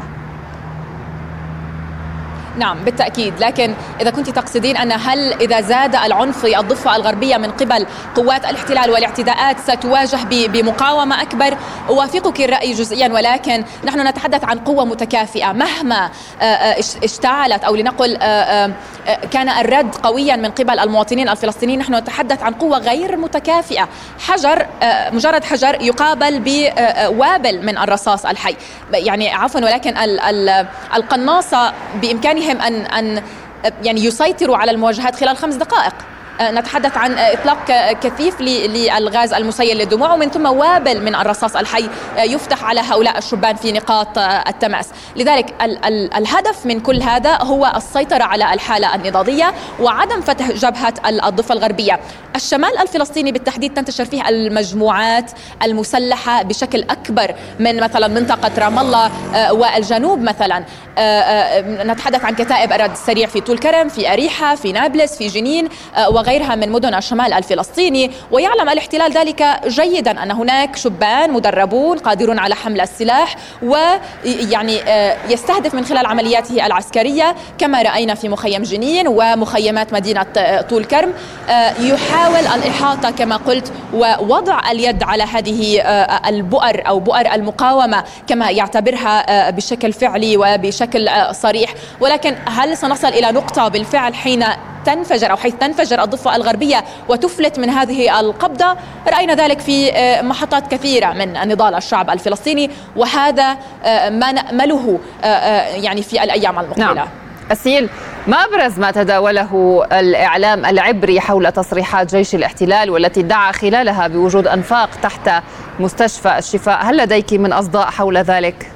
نعم بالتأكيد، لكن إذا كنت تقصدين أن هل إذا زاد العنف في الضفة الغربية من قبل قوات الاحتلال والاعتداءات ستواجه بمقاومة أكبر، أوافقك الرأي جزئيا، ولكن نحن نتحدث عن قوة متكافئة مهما اشتعلت، أو لنقل كان الرد قويا من قبل المواطنين الفلسطينيين. نحن نتحدث عن قوة غير متكافئة. مجرد حجر يقابل بوابل من الرصاص الحي، يعني عفوا، ولكن القناصة بإمكانهم أن يعني يسيطروا على المواجهات خلال 5 دقائق. نتحدث عن إطلاق كثيف للغاز المسيل للدموع، ومن ثم وابل من الرصاص الحي يفتح على هؤلاء الشبان في نقاط التماس. لذلك الهدف من كل هذا هو السيطرة على الحالة النضالية وعدم فتح جبهة الضفة الغربية. الشمال الفلسطيني بالتحديد تنتشر فيه المجموعات المسلحة بشكل أكبر من مثلا منطقة رام الله والجنوب مثلا. نتحدث عن كتائب الرد السريع في طول كرم، في أريحة، في نابلس، في جنين وغيرها من مدن الشمال الفلسطيني. ويعلم الاحتلال ذلك جيدا، أن هناك شبان مدربون قادرون على حمل السلاح، ويعني يستهدف من خلال عملياته العسكرية كما رأينا في مخيم جنين ومخيمات مدينة طول كرم يحاول الإحاطة كما قلت ووضع اليد على هذه البؤر أو بؤر المقاومة كما يعتبرها بشكل فعلي وبشكل صريح. ولكن هل سنصل إلى نقطة بالفعل حين تنفجر أو حيث تنفجر الضفة الغربية وتفلت من هذه القبضة؟ رأينا ذلك في محطات كثيرة من نضال الشعب الفلسطيني، وهذا ما نأمله يعني في الأيام المقبلة. نعم. أسيل، ما أبرز ما تداوله الإعلام العبري حول تصريحات جيش الاحتلال والتي ادعى خلالها بوجود أنفاق تحت مستشفى الشفاء؟ هل لديك من أصداء حول ذلك؟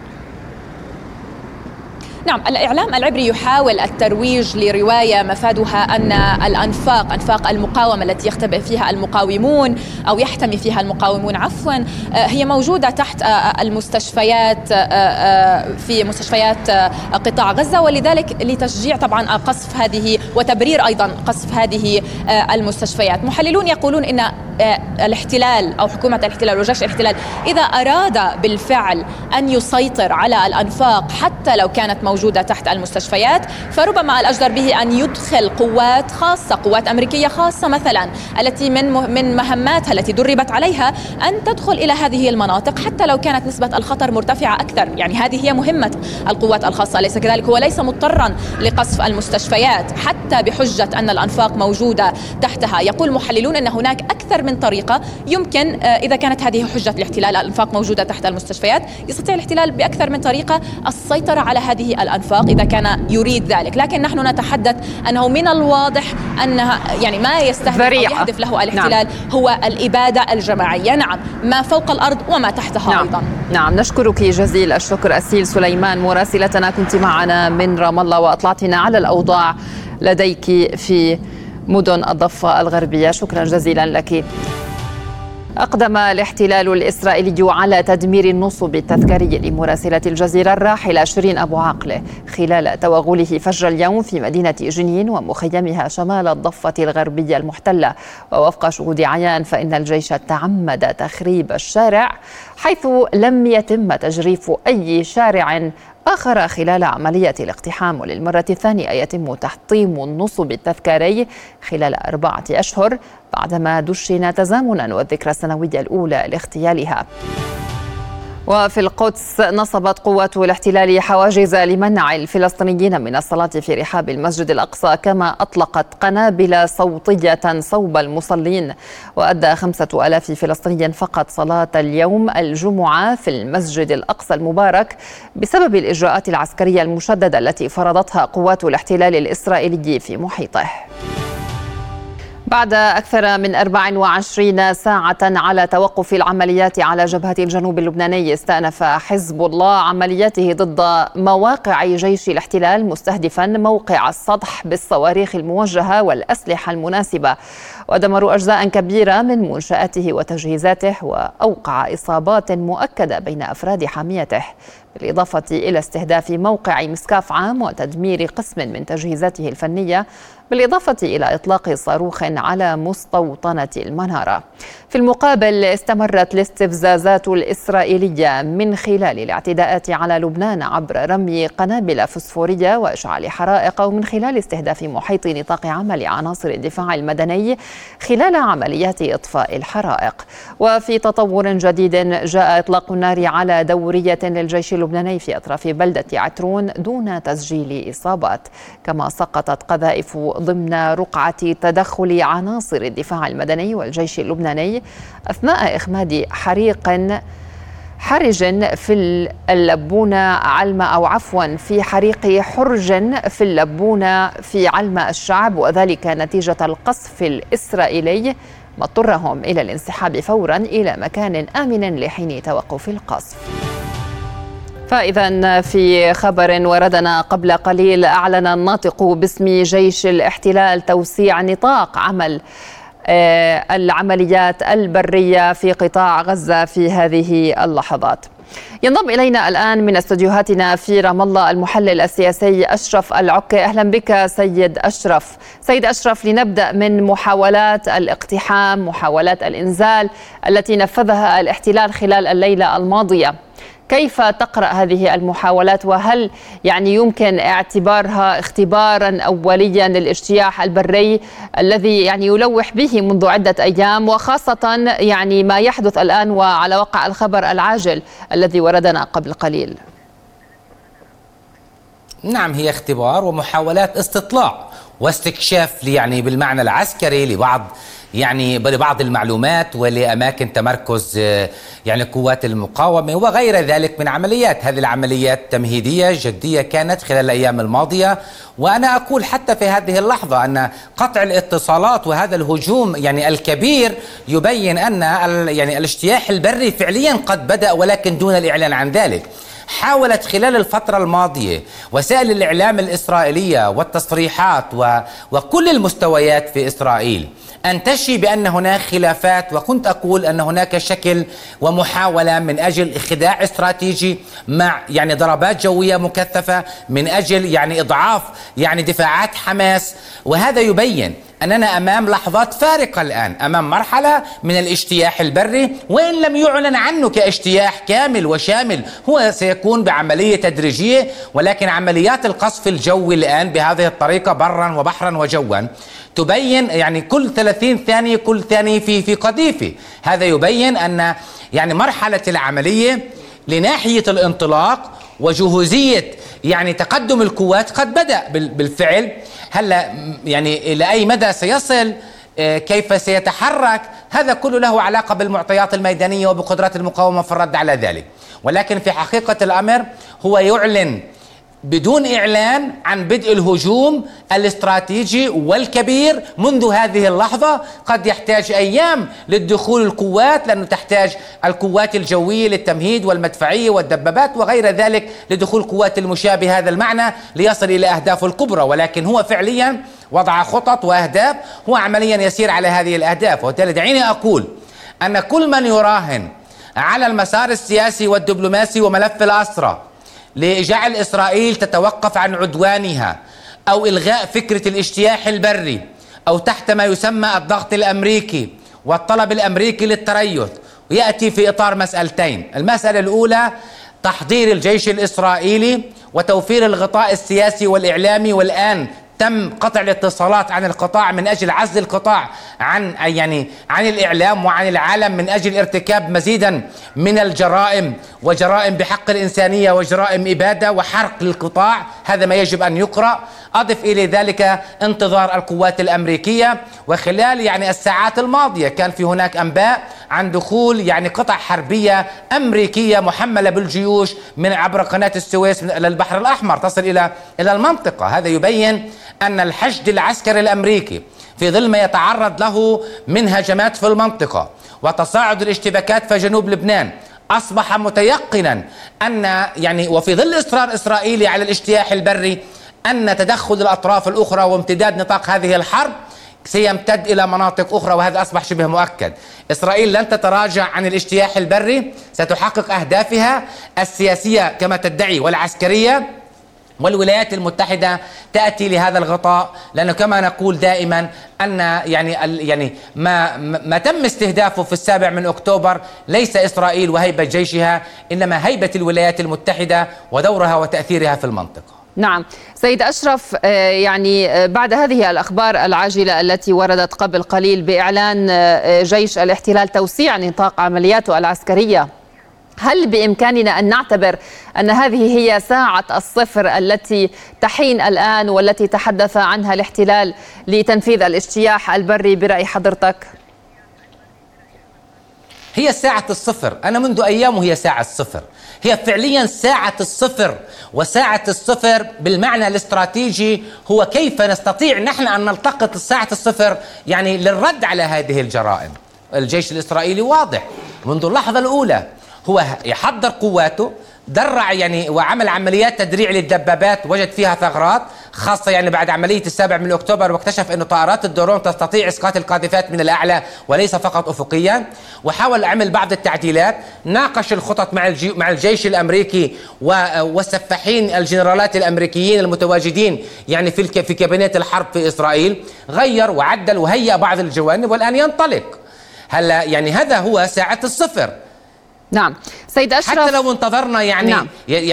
نعم، الإعلام العبري يحاول الترويج لرواية مفادها أن أنفاق المقاومة التي يختبئ فيها المقاومون أو يحتمي فيها المقاومون هي موجودة تحت المستشفيات في مستشفيات قطاع غزة، ولذلك لتشجيع طبعا قصف هذه وتبرير أيضا قصف هذه المستشفيات. محللون يقولون إن الاحتلال أو حكومة الاحتلال وجيش الاحتلال إذا أراد بالفعل أن يسيطر على الأنفاق حتى لو كانت موجودة تحت المستشفيات، فربما الأجدر به أن يدخل قوات خاصة، قوات أمريكية خاصة مثلا، التي من مهماتها التي دربت عليها أن تدخل إلى هذه المناطق حتى لو كانت نسبة الخطر مرتفعة أكثر. يعني هذه هي مهمة القوات الخاصة، أليس كذلك؟ هو ليس مضطرا لقصف المستشفيات حتى بحجة أن الأنفاق موجودة تحتها. يقول محللون أن هناك أكثر من طريقة يمكن، إذا كانت هذه حجة الاحتلال الأنفاق موجودة تحت المستشفيات، يستطيع الاحتلال بأكثر من طريقة السيطرة على هذه الأنفاق إذا كان يريد ذلك. لكن نحن نتحدث أنه من الواضح أنها يعني ما يستهدف أو يهدف له الاحتلال هو الإبادة الجماعية، نعم، ما فوق الأرض وما تحتها أيضا. نعم، نشكرك جزيل الشكر أسيل سليمان مراسلتنا، كنت معنا من رام الله وأطلعتنا على الأوضاع لديك في مدن الضفة الغربية. شكرا جزيلا لك. أقدم الاحتلال الإسرائيلي على تدمير النصب التذكاري لمراسلة الجزيرة الراحلة شيرين أبو عاقلة خلال توغله فجر اليوم في مدينة جنين ومخيمها شمال الضفة الغربية المحتلة. ووفق شهود عيان فإن الجيش تعمد تخريب الشارع، حيث لم يتم تجريف أي شارع آخر خلال عملية الاقتحام. وللمرة الثانية يتم تحطيم النصب التذكاري خلال 4 أشهر بعدما دشن تزامنا والذكرى السنوية الأولى لاغتيالها. وفي القدس نصبت قوات الاحتلال حواجز لمنع الفلسطينيين من الصلاة في رحاب المسجد الأقصى، كما أطلقت قنابل صوتية صوب المصلين. وأدى 5000 فلسطيني فقط صلاة اليوم الجمعة في المسجد الأقصى المبارك بسبب الإجراءات العسكرية المشددة التي فرضتها قوات الاحتلال الإسرائيلي في محيطه. بعد أكثر من 24 ساعة على توقف العمليات على جبهة الجنوب اللبناني، استأنف حزب الله عملياته ضد مواقع جيش الاحتلال، مستهدفا موقع السطح بالصواريخ الموجهة والأسلحة المناسبة، ودمروا أجزاء كبيرة من منشآته وتجهيزاته، وأوقع إصابات مؤكدة بين أفراد حاميته، بالإضافة إلى استهداف موقع مسكاف عام وتدمير قسم من تجهيزاته الفنية، بالإضافة إلى إطلاق صاروخ على مستوطنة المنارة. في المقابل استمرت الاستفزازات الإسرائيلية من خلال الاعتداءات على لبنان عبر رمي قنابل فسفورية وإشعال حرائق، ومن خلال استهداف محيط نطاق عمل عناصر الدفاع المدني خلال عمليات إطفاء الحرائق. وفي تطور جديد جاء إطلاق النار على دورية للجيش اللبناني في أطراف بلدة عترون دون تسجيل إصابات، كما سقطت قذائف ضمن رقعة تدخل عناصر الدفاع المدني والجيش اللبناني أثناء إخماد حرج في اللبونة في حريق حرج في اللبونة في علم الشعب، وذلك نتيجة القصف الإسرائيلي، ما اضطرهم إلى الانسحاب فورا إلى مكان آمن لحين توقف القصف. فإذا في خبر وردنا قبل قليل، أعلن الناطق باسم جيش الاحتلال توسيع نطاق عمل العمليات البرية في قطاع غزة في هذه اللحظات. ينضم إلينا الآن من استديوهاتنا في رام الله المحلل السياسي أشرف العكي. أهلا بك سيد أشرف. سيد أشرف، لنبدأ من محاولات الاقتحام، محاولات الإنزال التي نفذها الاحتلال خلال الليلة الماضية، كيف تقرأ هذه المحاولات؟ وهل يمكن اعتبارها اختبارا أوليا للاجتياح البري الذي يلوح به منذ عدة أيام، وخاصة ما يحدث الآن وعلى وقع الخبر العاجل الذي وردنا قبل قليل؟ نعم، هي اختبار ومحاولات استطلاع واستكشاف بالمعنى العسكري لبعض المعلومات ولأماكن تمركز قوات المقاومة وغير ذلك من عمليات. هذه العمليات تمهيدية جدية كانت خلال الأيام الماضية، وأنا أقول حتى في هذه اللحظة أن قطع الاتصالات وهذا الهجوم الكبير يبين أن الاجتياح البري فعليا قد بدأ، ولكن دون الإعلان عن ذلك. حاولت خلال الفترة الماضية وسائل الإعلام الإسرائيلية والتصريحات وكل المستويات في إسرائيل أن تشي بأن هناك خلافات، وكنت أقول أن هناك شكل ومحاولة من أجل خداع استراتيجي مع ضربات جوية مكثفة من أجل إضعاف دفاعات حماس. وهذا يبين أننا أمام لحظات فارقة الآن، أمام مرحلة من الاجتياح البري، وإن لم يعلن عنه كاجتياح كامل وشامل، هو سيكون بعملية تدريجية، ولكن عمليات القصف الجوي الآن بهذه الطريقة برا وبحرا وجوا تبين كل 30 ثانية كل ثانية في قذيفة. هذا يبين أن مرحلة العملية لناحية الانطلاق وجهوزية تقدم القوات قد بدأ بالفعل. هلا إلى أي مدى سيصل، كيف سيتحرك، هذا كله له علاقة بالمعطيات الميدانية وبقدرات المقاومة في الرد على ذلك. ولكن في حقيقة الأمر هو يعلن بدون إعلان عن بدء الهجوم الاستراتيجي والكبير منذ هذه اللحظة. قد يحتاج أيام للدخول القوات، لأنه تحتاج القوات الجوية للتمهيد والمدفعية والدبابات وغير ذلك لدخول قوات المشابه هذا المعنى ليصل إلى أهدافه الكبرى. ولكن هو فعليا وضع خطط وأهداف، هو عمليا يسير على هذه الأهداف. وبالتالي دعيني أقول أن كل من يراهن على المسار السياسي والدبلوماسي وملف الأسرى لجعل إسرائيل تتوقف عن عدوانها أو إلغاء فكرة الاجتياح البري أو تحت ما يسمى الضغط الأمريكي والطلب الأمريكي للتريث، ويأتي في إطار مسألتين. المسألة الأولى تحضير الجيش الإسرائيلي وتوفير الغطاء السياسي والإعلامي، والآن تم قطع الاتصالات عن القطاع من أجل عزل القطاع عن الإعلام وعن العالم من أجل ارتكاب مزيدا من الجرائم وجرائم بحق الإنسانية وجرائم إبادة وحرق للقطاع. هذا ما يجب أن يقرأ. أضف إلى ذلك انتظار القوات الأمريكية، وخلال الساعات الماضية كان في هناك أنباء عن دخول قطع حربية أمريكية محملة بالجيوش من عبر قناة السويس للبحر الأحمر تصل إلى المنطقة. هذا يبين أن الحشد العسكري الأمريكي في ظل ما يتعرض له من هجمات في المنطقة وتصاعد الاشتباكات في جنوب لبنان أصبح متيقنا أن وفي ظل إصرار إسرائيلي على الاجتياح البري أن تدخل الأطراف الأخرى وامتداد نطاق هذه الحرب سيمتد إلى مناطق أخرى، وهذا أصبح شبه مؤكد. إسرائيل لن تتراجع عن الاجتياح البري، ستحقق أهدافها السياسية كما تدعي والعسكرية، والولايات المتحدة تأتي لهذا الغطاء، لأنه كما نقول دائما أن ما تم استهدافه في 7 أكتوبر ليس إسرائيل وهيبة جيشها، إنما هيبة الولايات المتحدة ودورها وتأثيرها في المنطقة. نعم سيد أشرف، بعد هذه الأخبار العاجلة التي وردت قبل قليل بإعلان جيش الاحتلال توسيع نطاق عملياته العسكرية، هل بإمكاننا أن نعتبر أن هذه هي ساعة الصفر التي تحين الآن والتي تحدث عنها الاحتلال لتنفيذ الاجتياح البري برأي حضرتك؟ هي ساعة الصفر، أنا منذ أيام وهي ساعة الصفر، هي فعليا ساعة الصفر. وساعة الصفر بالمعنى الاستراتيجي هو كيف نستطيع نحن أن نلتقط ساعة الصفر للرد على هذه الجرائم. الجيش الإسرائيلي واضح منذ اللحظة الأولى، هو يحضر قواته، درع وعمل عمليات تدريع للدبابات وجد فيها ثغرات خاصة بعد عملية 7 أكتوبر، واكتشف أن طائرات الدرون تستطيع إسقاط القاذفات من الأعلى وليس فقط أفقيا، وحاول عمل بعض التعديلات، ناقش الخطط مع الجيش الأمريكي والسفاحين الجنرالات الأمريكيين المتواجدين في كابينة الحرب في إسرائيل، غير وعدل وهيأ بعض الجوانب والآن ينطلق. هلا هذا هو ساعة الصفر. نعم سيد أشرف، حتى لو انتظرنا نعم.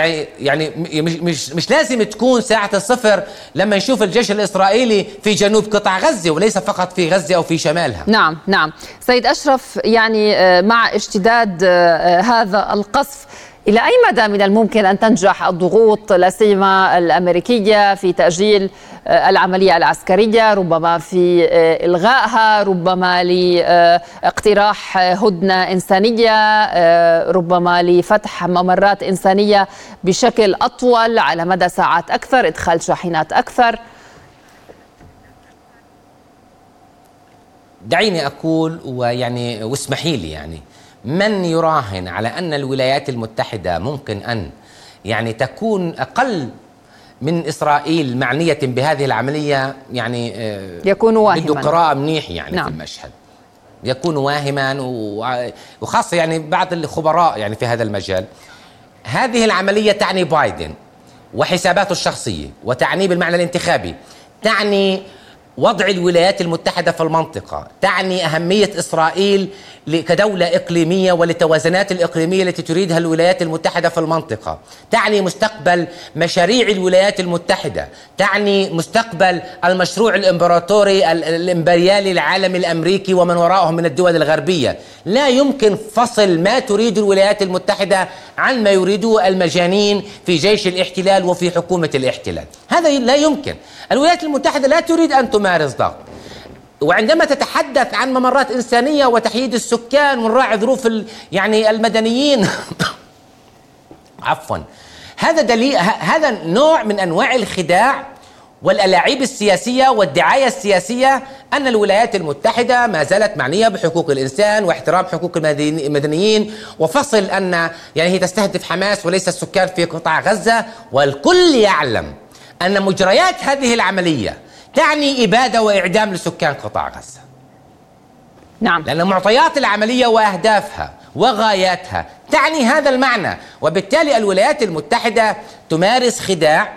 مش لازم تكون ساعة الصفر لما نشوف الجيش الإسرائيلي في جنوب قطاع غزة وليس فقط في غزة أو في شمالها. نعم سيد أشرف، مع اشتداد هذا القصف إلى أي مدى من الممكن أن تنجح الضغوط لا سيما الأمريكية في تأجيل العملية العسكرية، ربما في إلغائها، ربما لاقتراح هدنة إنسانية، ربما لفتح ممرات إنسانية بشكل أطول على مدى ساعات أكثر، إدخال شاحنات أكثر؟ دعيني أقول واسمحي لي من يراهن على أن الولايات المتحدة ممكن أن تكون أقل من إسرائيل معنية بهذه العملية يكون واهما، بده قراءة منيح نعم. في المشهد يكون واهما، وخاصة بعض الخبراء في هذا المجال. هذه العملية تعني بايدن وحساباته الشخصية، وتعني بالمعنى الانتخابي، تعني وضع الولايات المتحدة في المنطقة، تعني أهمية إسرائيل كدولة إقليمية وللتوازنات الإقليمية التي تريدها الولايات المتحدة في المنطقة، تعني مستقبل مشاريع الولايات المتحدة، تعني مستقبل المشروع الإمبراطوري الإمبريالي العالمي الأمريكي ومن وراءهم من الدول الغربية. لا يمكن فصل ما تريد الولايات المتحدة عن ما يريده المجانين في جيش الاحتلال وفي حكومة الاحتلال، هذا لا يمكن. الولايات المتحدة لا تريد أن تمارس ضغط، وعندما تتحدث عن ممرات إنسانية وتحييد السكان ونراعي ظروف المدنيين عفوا، هذا دليل، هذا نوع من أنواع الخداع والألاعيب السياسية والدعاية السياسية أن الولايات المتحدة ما زالت معنية بحقوق الإنسان واحترام حقوق المدنيين، وفصل أن هي تستهدف حماس وليس السكان في قطاع غزة. والكل يعلم أن مجريات هذه العملية تعني إبادة وإعدام لسكان قطاع غزة. نعم، لأن معطيات العملية وأهدافها وغاياتها تعني هذا المعنى، وبالتالي الولايات المتحدة تمارس خداع.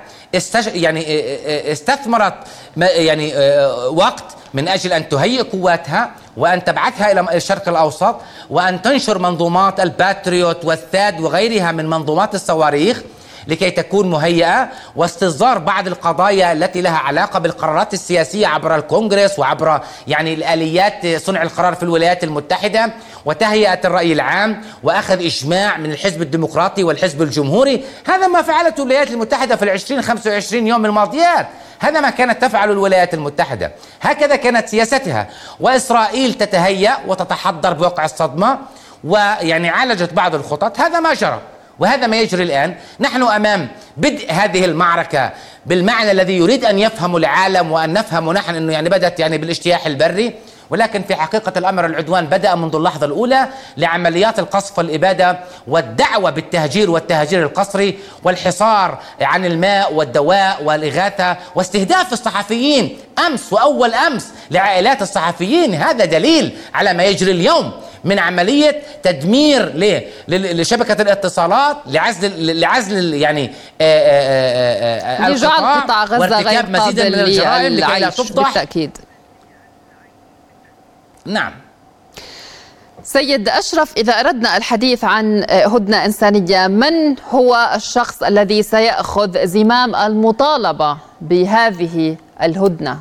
استثمرت وقت من أجل أن تهيئ قواتها وأن تبعثها إلى الشرق الأوسط وأن تنشر منظومات الباتريوت والثاد وغيرها من منظومات الصواريخ لكي تكون مهيئة، واستصدار بعض القضايا التي لها علاقة بالقرارات السياسية عبر الكونغرس وعبر يعني الآليات صنع القرار في الولايات المتحدة، وتهيئة الرأي العام، وأخذ إجماع من الحزب الديمقراطي والحزب الجمهوري. هذا ما فعلته الولايات المتحدة في 25 يوم الماضيات، هذا ما كانت تفعل الولايات المتحدة، هكذا كانت سياستها. وإسرائيل تتهيأ وتتحضر بوقع الصدمة، ويعني عالجت بعض الخطط. هذا ما جرى وهذا ما يجري الآن. نحن أمام بدء هذه المعركة بالمعنى الذي يريد أن يفهم العالم وأن نفهم نحن، أنه يعني بدأت يعني بالاجتياح البري، ولكن في حقيقة الأمر العدوان بدأ منذ اللحظة الأولى لعمليات القصف والإبادة والدعوة بالتهجير والتهجير القسري والحصار عن الماء والدواء والإغاثة واستهداف الصحفيين أمس وأول أمس لعائلات الصحفيين. هذا دليل على ما يجري اليوم من عملية تدمير لشبكة الاتصالات، لعزل يعني قطاع غزة غير قابل للعيش بالتأكيد. نعم سيد أشرف، إذا أردنا الحديث عن هدنة إنسانية، من هو الشخص الذي سيأخذ زمام المطالبة بهذه الهدنة؟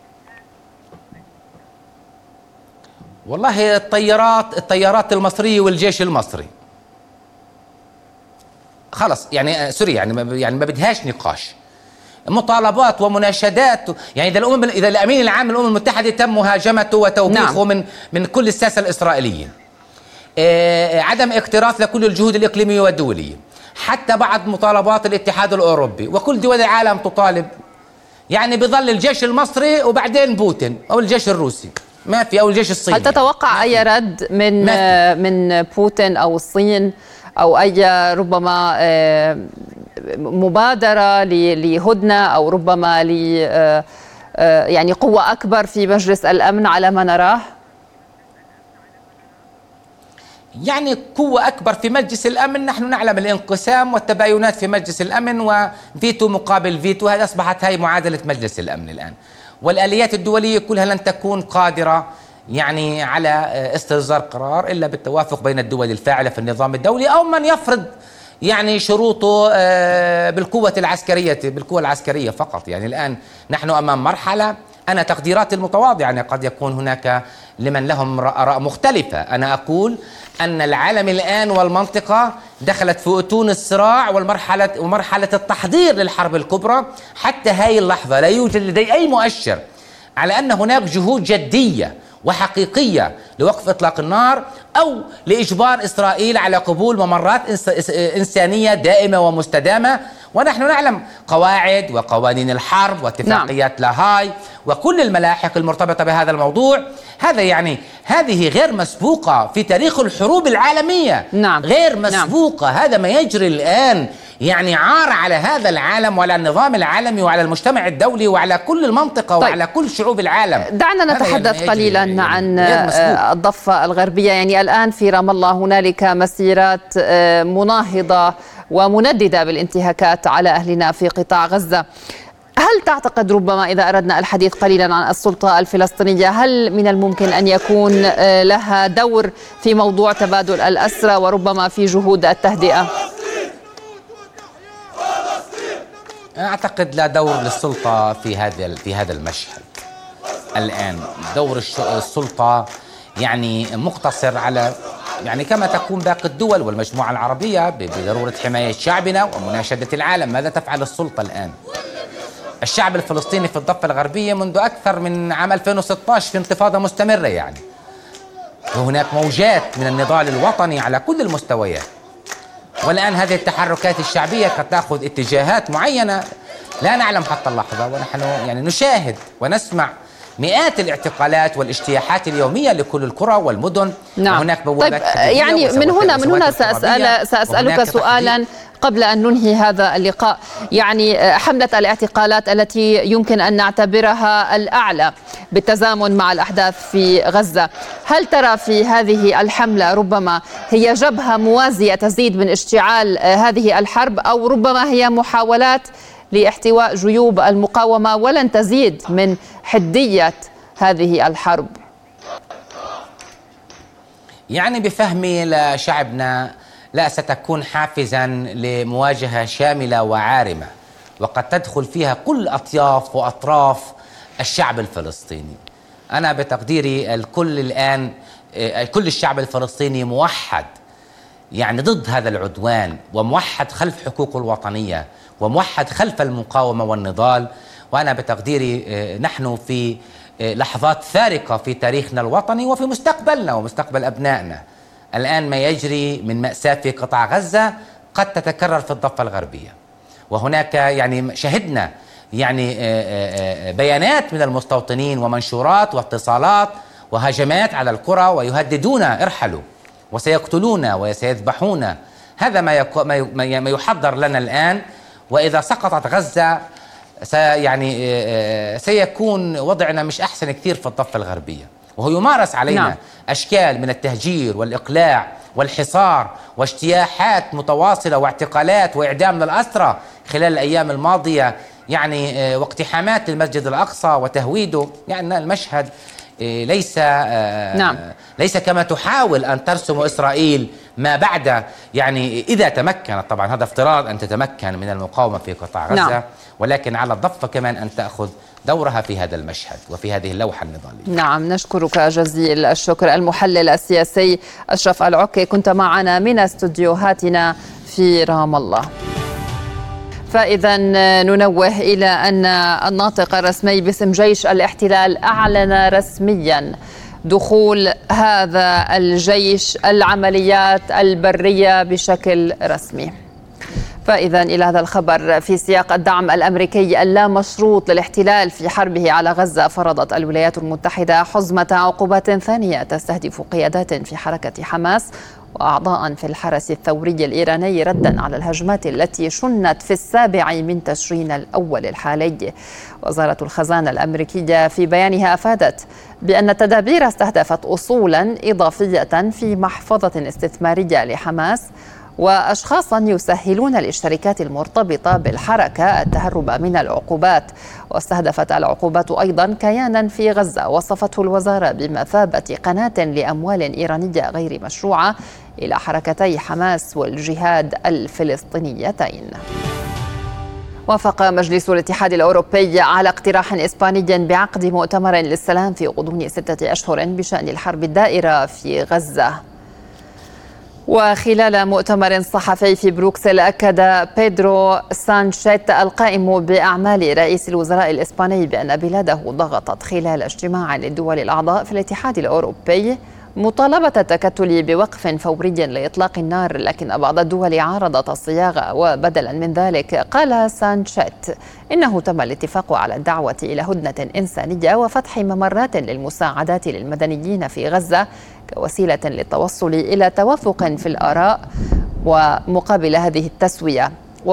والله الطيارات المصرية والجيش المصري خلص، يعني سوري، يعني ما بدهاش نقاش. مطالبات ومناشدات، يعني إذا الأمين العام للأمم المتحدة تم مهاجمته وتوبيخه من كل الساسة الإسرائيليين، عدم اكتراث لكل الجهود الإقليمية والدولية، حتى بعض مطالبات الاتحاد الأوروبي وكل دول العالم تطالب، يعني بظل الجيش المصري وبعدين بوتين أو الجيش الروسي ما في، أو الجيش الصيني. هل تتوقع أي رد من بوتين أو الصين، أو أي ربما مبادرة لهدنة، أو ربما يعني قوة أكبر في مجلس الأمن على ما نراه؟ يعني قوة أكبر في مجلس الأمن، نحن نعلم الانقسام والتباينات في مجلس الأمن وفيتو مقابل فيتو، هذه أصبحت هاي معادلة مجلس الأمن الآن، والآليات الدولية كلها لن تكون قادرة يعني على استصدار قرار إلا بالتوافق بين الدول الفاعلة في النظام الدولي، أو من يفرض يعني شروطه بالقوة العسكرية فقط. يعني الآن نحن أمام مرحلة، أنا تقديراتي المتواضعة يعني قد يكون هناك لمن لهم آراء مختلفة، أنا أقول أن العالم الآن والمنطقة دخلت في أتون الصراع ومرحلة التحضير للحرب الكبرى. حتى هاي اللحظة لا يوجد لدي أي مؤشر على أن هناك جهود جدية وحقيقية لوقف إطلاق النار أو لإجبار إسرائيل على قبول ممرات إنسانية دائمة ومستدامة. ونحن نعلم قواعد وقوانين الحرب واتفاقيات لاهاي وكل الملاحق المرتبطة بهذا الموضوع. هذا يعني هذه غير مسبوقة في تاريخ الحروب العالمية. غير مسبوقة. هذا ما يجري الآن يعني عار على هذا العالم وعلى النظام العالمي وعلى المجتمع الدولي وعلى كل المنطقة وعلى كل شعوب العالم. دعنا نتحدث قليلا عن الضفة الغربية. يعني الآن في رام الله هنالك مسيرات مناهضة ومنددة بالانتهاكات على أهلنا في قطاع غزة. هل تعتقد ربما إذا أردنا الحديث قليلا عن السلطة الفلسطينية، هل من الممكن أن يكون لها دور في موضوع تبادل الأسرى وربما في جهود التهدئة؟ أعتقد لا دور للسلطة في هذا المشهد الآن. دور السلطة يعني مقتصر على يعني كما تقوم باقي الدول والمجموعة العربية بضرورة حماية شعبنا ومناشدة العالم. ماذا تفعل السلطة الآن؟ الشعب الفلسطيني في الضفة الغربية منذ أكثر من عام 2016 في انتفاضة مستمرة يعني، وهناك موجات من النضال الوطني على كل المستويات. والآن هذه التحركات الشعبية قد تأخذ اتجاهات معينة لا نعلم حتى اللحظة، ونحن يعني نشاهد ونسمع مئات الاعتقالات والاجتياحات اليومية لكل القرى والمدن. وهناك بوابات. طيب يعني من هنا سأسألك سؤالا قبل أن ننهي هذا اللقاء. يعني حملة الاعتقالات التي يمكن أن نعتبرها الأعلى بالتزامن مع الأحداث في غزة، هل ترى في هذه الحملة ربما هي جبهة موازية تزيد من اشتعال هذه الحرب، أو ربما هي محاولات لاحتواء جيوب المقاومة ولن تزيد من حدية هذه الحرب؟ يعني بفهمي لشعبنا لا، ستكون حافزا لمواجهة شاملة وعارمة، وقد تدخل فيها كل أطياف وأطراف الشعب الفلسطيني. أنا بتقديري الكل الآن، كل الشعب الفلسطيني موحد يعني ضد هذا العدوان، وموحد خلف حقوقه الوطنية، وموحد خلف المقاومة والنضال. وأنا بتقديري نحن في لحظات فارقة في تاريخنا الوطني وفي مستقبلنا ومستقبل أبنائنا. الآن ما يجري من مأساة في قطاع غزة قد تتكرر في الضفة الغربية، وهناك يعني شهدنا يعني بيانات من المستوطنين ومنشورات واتصالات وهجمات على القرى، ويهددون ارحلوا وسيقتلون وسيذبحون. هذا ما يحضر لنا الآن. وإذا سقطت غزة سيكون وضعنا مش أحسن كثير في الضفة الغربية، وهو يمارس علينا نعم. أشكال من التهجير والإقلاع والحصار واجتياحات متواصلة واعتقالات وإعدام للأسرى خلال الأيام الماضية، يعني واقتحامات للمسجد الأقصى وتهويده. يعني المشهد ليس كما تحاول أن ترسم إسرائيل ما بعد، يعني إذا تمكنت، طبعا هذا افتراض أن تتمكن من المقاومة في قطاع غزة نعم. ولكن على الضفة كمان أن تأخذ دورها في هذا المشهد وفي هذه اللوحة النضالية. نعم، نشكرك جزيل الشكر. المحلل السياسي أشرف العكي، كنت معنا من استوديوهاتنا في رام الله. فإذا ننوه إلى أن الناطق الرسمي باسم جيش الاحتلال أعلن رسميا دخول هذا الجيش العمليات البرية بشكل رسمي. فإذا إلى هذا الخبر في سياق الدعم الأمريكي اللامشروط للاحتلال في حربه على غزة، فرضت الولايات المتحدة حزمة عقوبات ثانية تستهدف قيادات في حركة حماس وأعضاء في الحرس الثوري الإيراني ردا على الهجمات التي شنت في 7 من تشرين الأول الحالي. وزارة الخزانة الأمريكية في بيانها أفادت بأن التدابير استهدفت أصولا إضافية في محفظة استثمارية لحماس وأشخاصا يسهلون للشركات المرتبطة بالحركة التهرب من العقوبات. واستهدفت العقوبات أيضا كيانا في غزة وصفته الوزارة بمثابة قناة لأموال إيرانية غير مشروعة إلى حركتي حماس والجهاد الفلسطينيتين. وافق مجلس الاتحاد الأوروبي على اقتراح إسباني بعقد مؤتمر للسلام في غضون 6 أشهر بشأن الحرب الدائرة في غزة. وخلال مؤتمر صحفي في بروكسل، أكد بيدرو سانشيت القائم بأعمال رئيس الوزراء الإسباني بأن بلاده ضغطت خلال اجتماع للدول الأعضاء في الاتحاد الأوروبي مطالبة التكتل بوقف فوري لإطلاق النار، لكن بعض الدول عارضت الصياغة. وبدلا من ذلك قال سانشيت إنه تم الاتفاق على الدعوة إلى هدنة إنسانية وفتح ممرات للمساعدات للمدنيين في غزة كوسيلة للتوصل إلى توافق في الآراء. ومقابل هذه التسوية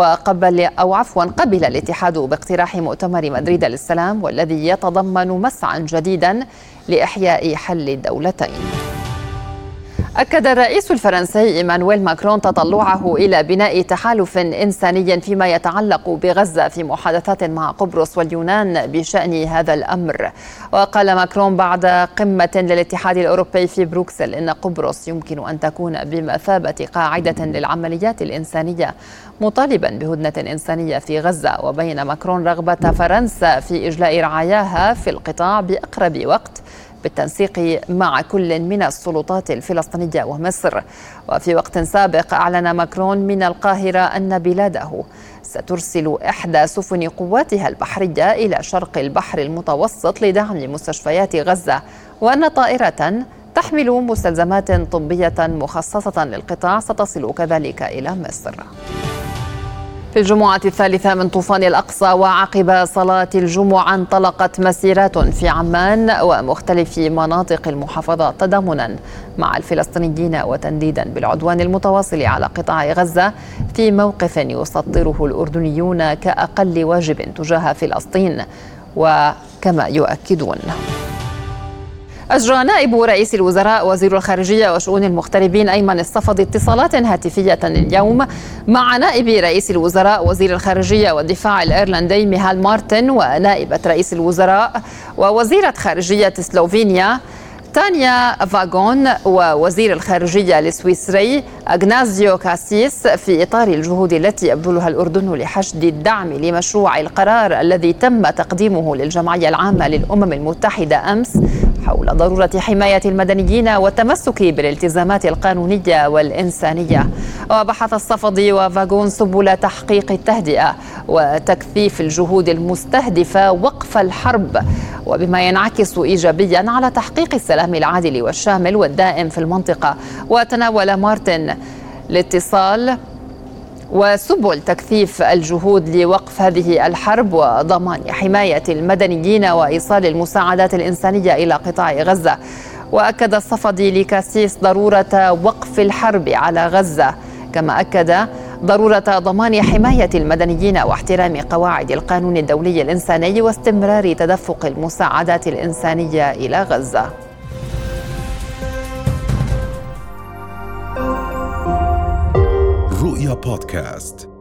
قبل الاتحاد باقتراح مؤتمر مدريد للسلام، والذي يتضمن مسعى جديدا لإحياء حل الدولتين. أكد الرئيس الفرنسي إيمانويل ماكرون تطلعه إلى بناء تحالف إنساني فيما يتعلق بغزة في محادثات مع قبرص واليونان بشأن هذا الأمر. وقال ماكرون بعد قمة للاتحاد الأوروبي في بروكسل إن قبرص يمكن أن تكون بمثابة قاعدة للعمليات الإنسانية، مطالبا بهدنة إنسانية في غزة. وبين ماكرون رغبة فرنسا في إجلاء رعاياها في القطاع بأقرب وقت بالتنسيق مع كل من السلطات الفلسطينية ومصر. وفي وقت سابق أعلن ماكرون من القاهرة أن بلاده سترسل إحدى سفن قواتها البحرية إلى شرق البحر المتوسط لدعم مستشفيات غزة، وأن طائرة تحمل مستلزمات طبية مخصصة للقطاع ستصل كذلك إلى مصر. في الجمعة الثالثة من طوفان الأقصى وعقب صلاة الجمعة انطلقت مسيرات في عمان ومختلف مناطق المحافظات تضامنا مع الفلسطينيين وتنديدا بالعدوان المتواصل على قطاع غزة في موقف يسطره الأردنيون كأقل واجب تجاه فلسطين. وكما يؤكدون، أجرى نائب رئيس الوزراء وزير الخارجية وشؤون المغتربين أيمن الصفدي اتصالات هاتفية اليوم مع نائب رئيس الوزراء وزير الخارجية والدفاع الإيرلندي ميهال مارتن ونائبة رئيس الوزراء ووزيرة خارجية سلوفينيا تانيا فاغون ووزير الخارجية السويسري أغنازيو كاسيس في إطار الجهود التي يبذلها الأردن لحشد الدعم لمشروع القرار الذي تم تقديمه للجمعية العامة للأمم المتحدة أمس حول ضرورة حماية المدنيين والتمسك بالالتزامات القانونية والإنسانية. وبحث الصفدي وفاغون سبل تحقيق التهدئة وتكثيف الجهود المستهدفة وقف الحرب، وبما ينعكس إيجابيا على تحقيق السلام العادل والشامل والدائم في المنطقة. وتناول مارتن الاتصال وسبل تكثيف الجهود لوقف هذه الحرب وضمان حماية المدنيين وإيصال المساعدات الإنسانية إلى قطاع غزة. وأكد الصفدي لكاسيس ضرورة وقف الحرب على غزة، كما أكد ضرورة ضمان حماية المدنيين واحترام قواعد القانون الدولي الإنساني واستمرار تدفق المساعدات الإنسانية إلى غزة. رؤيا بودكاست.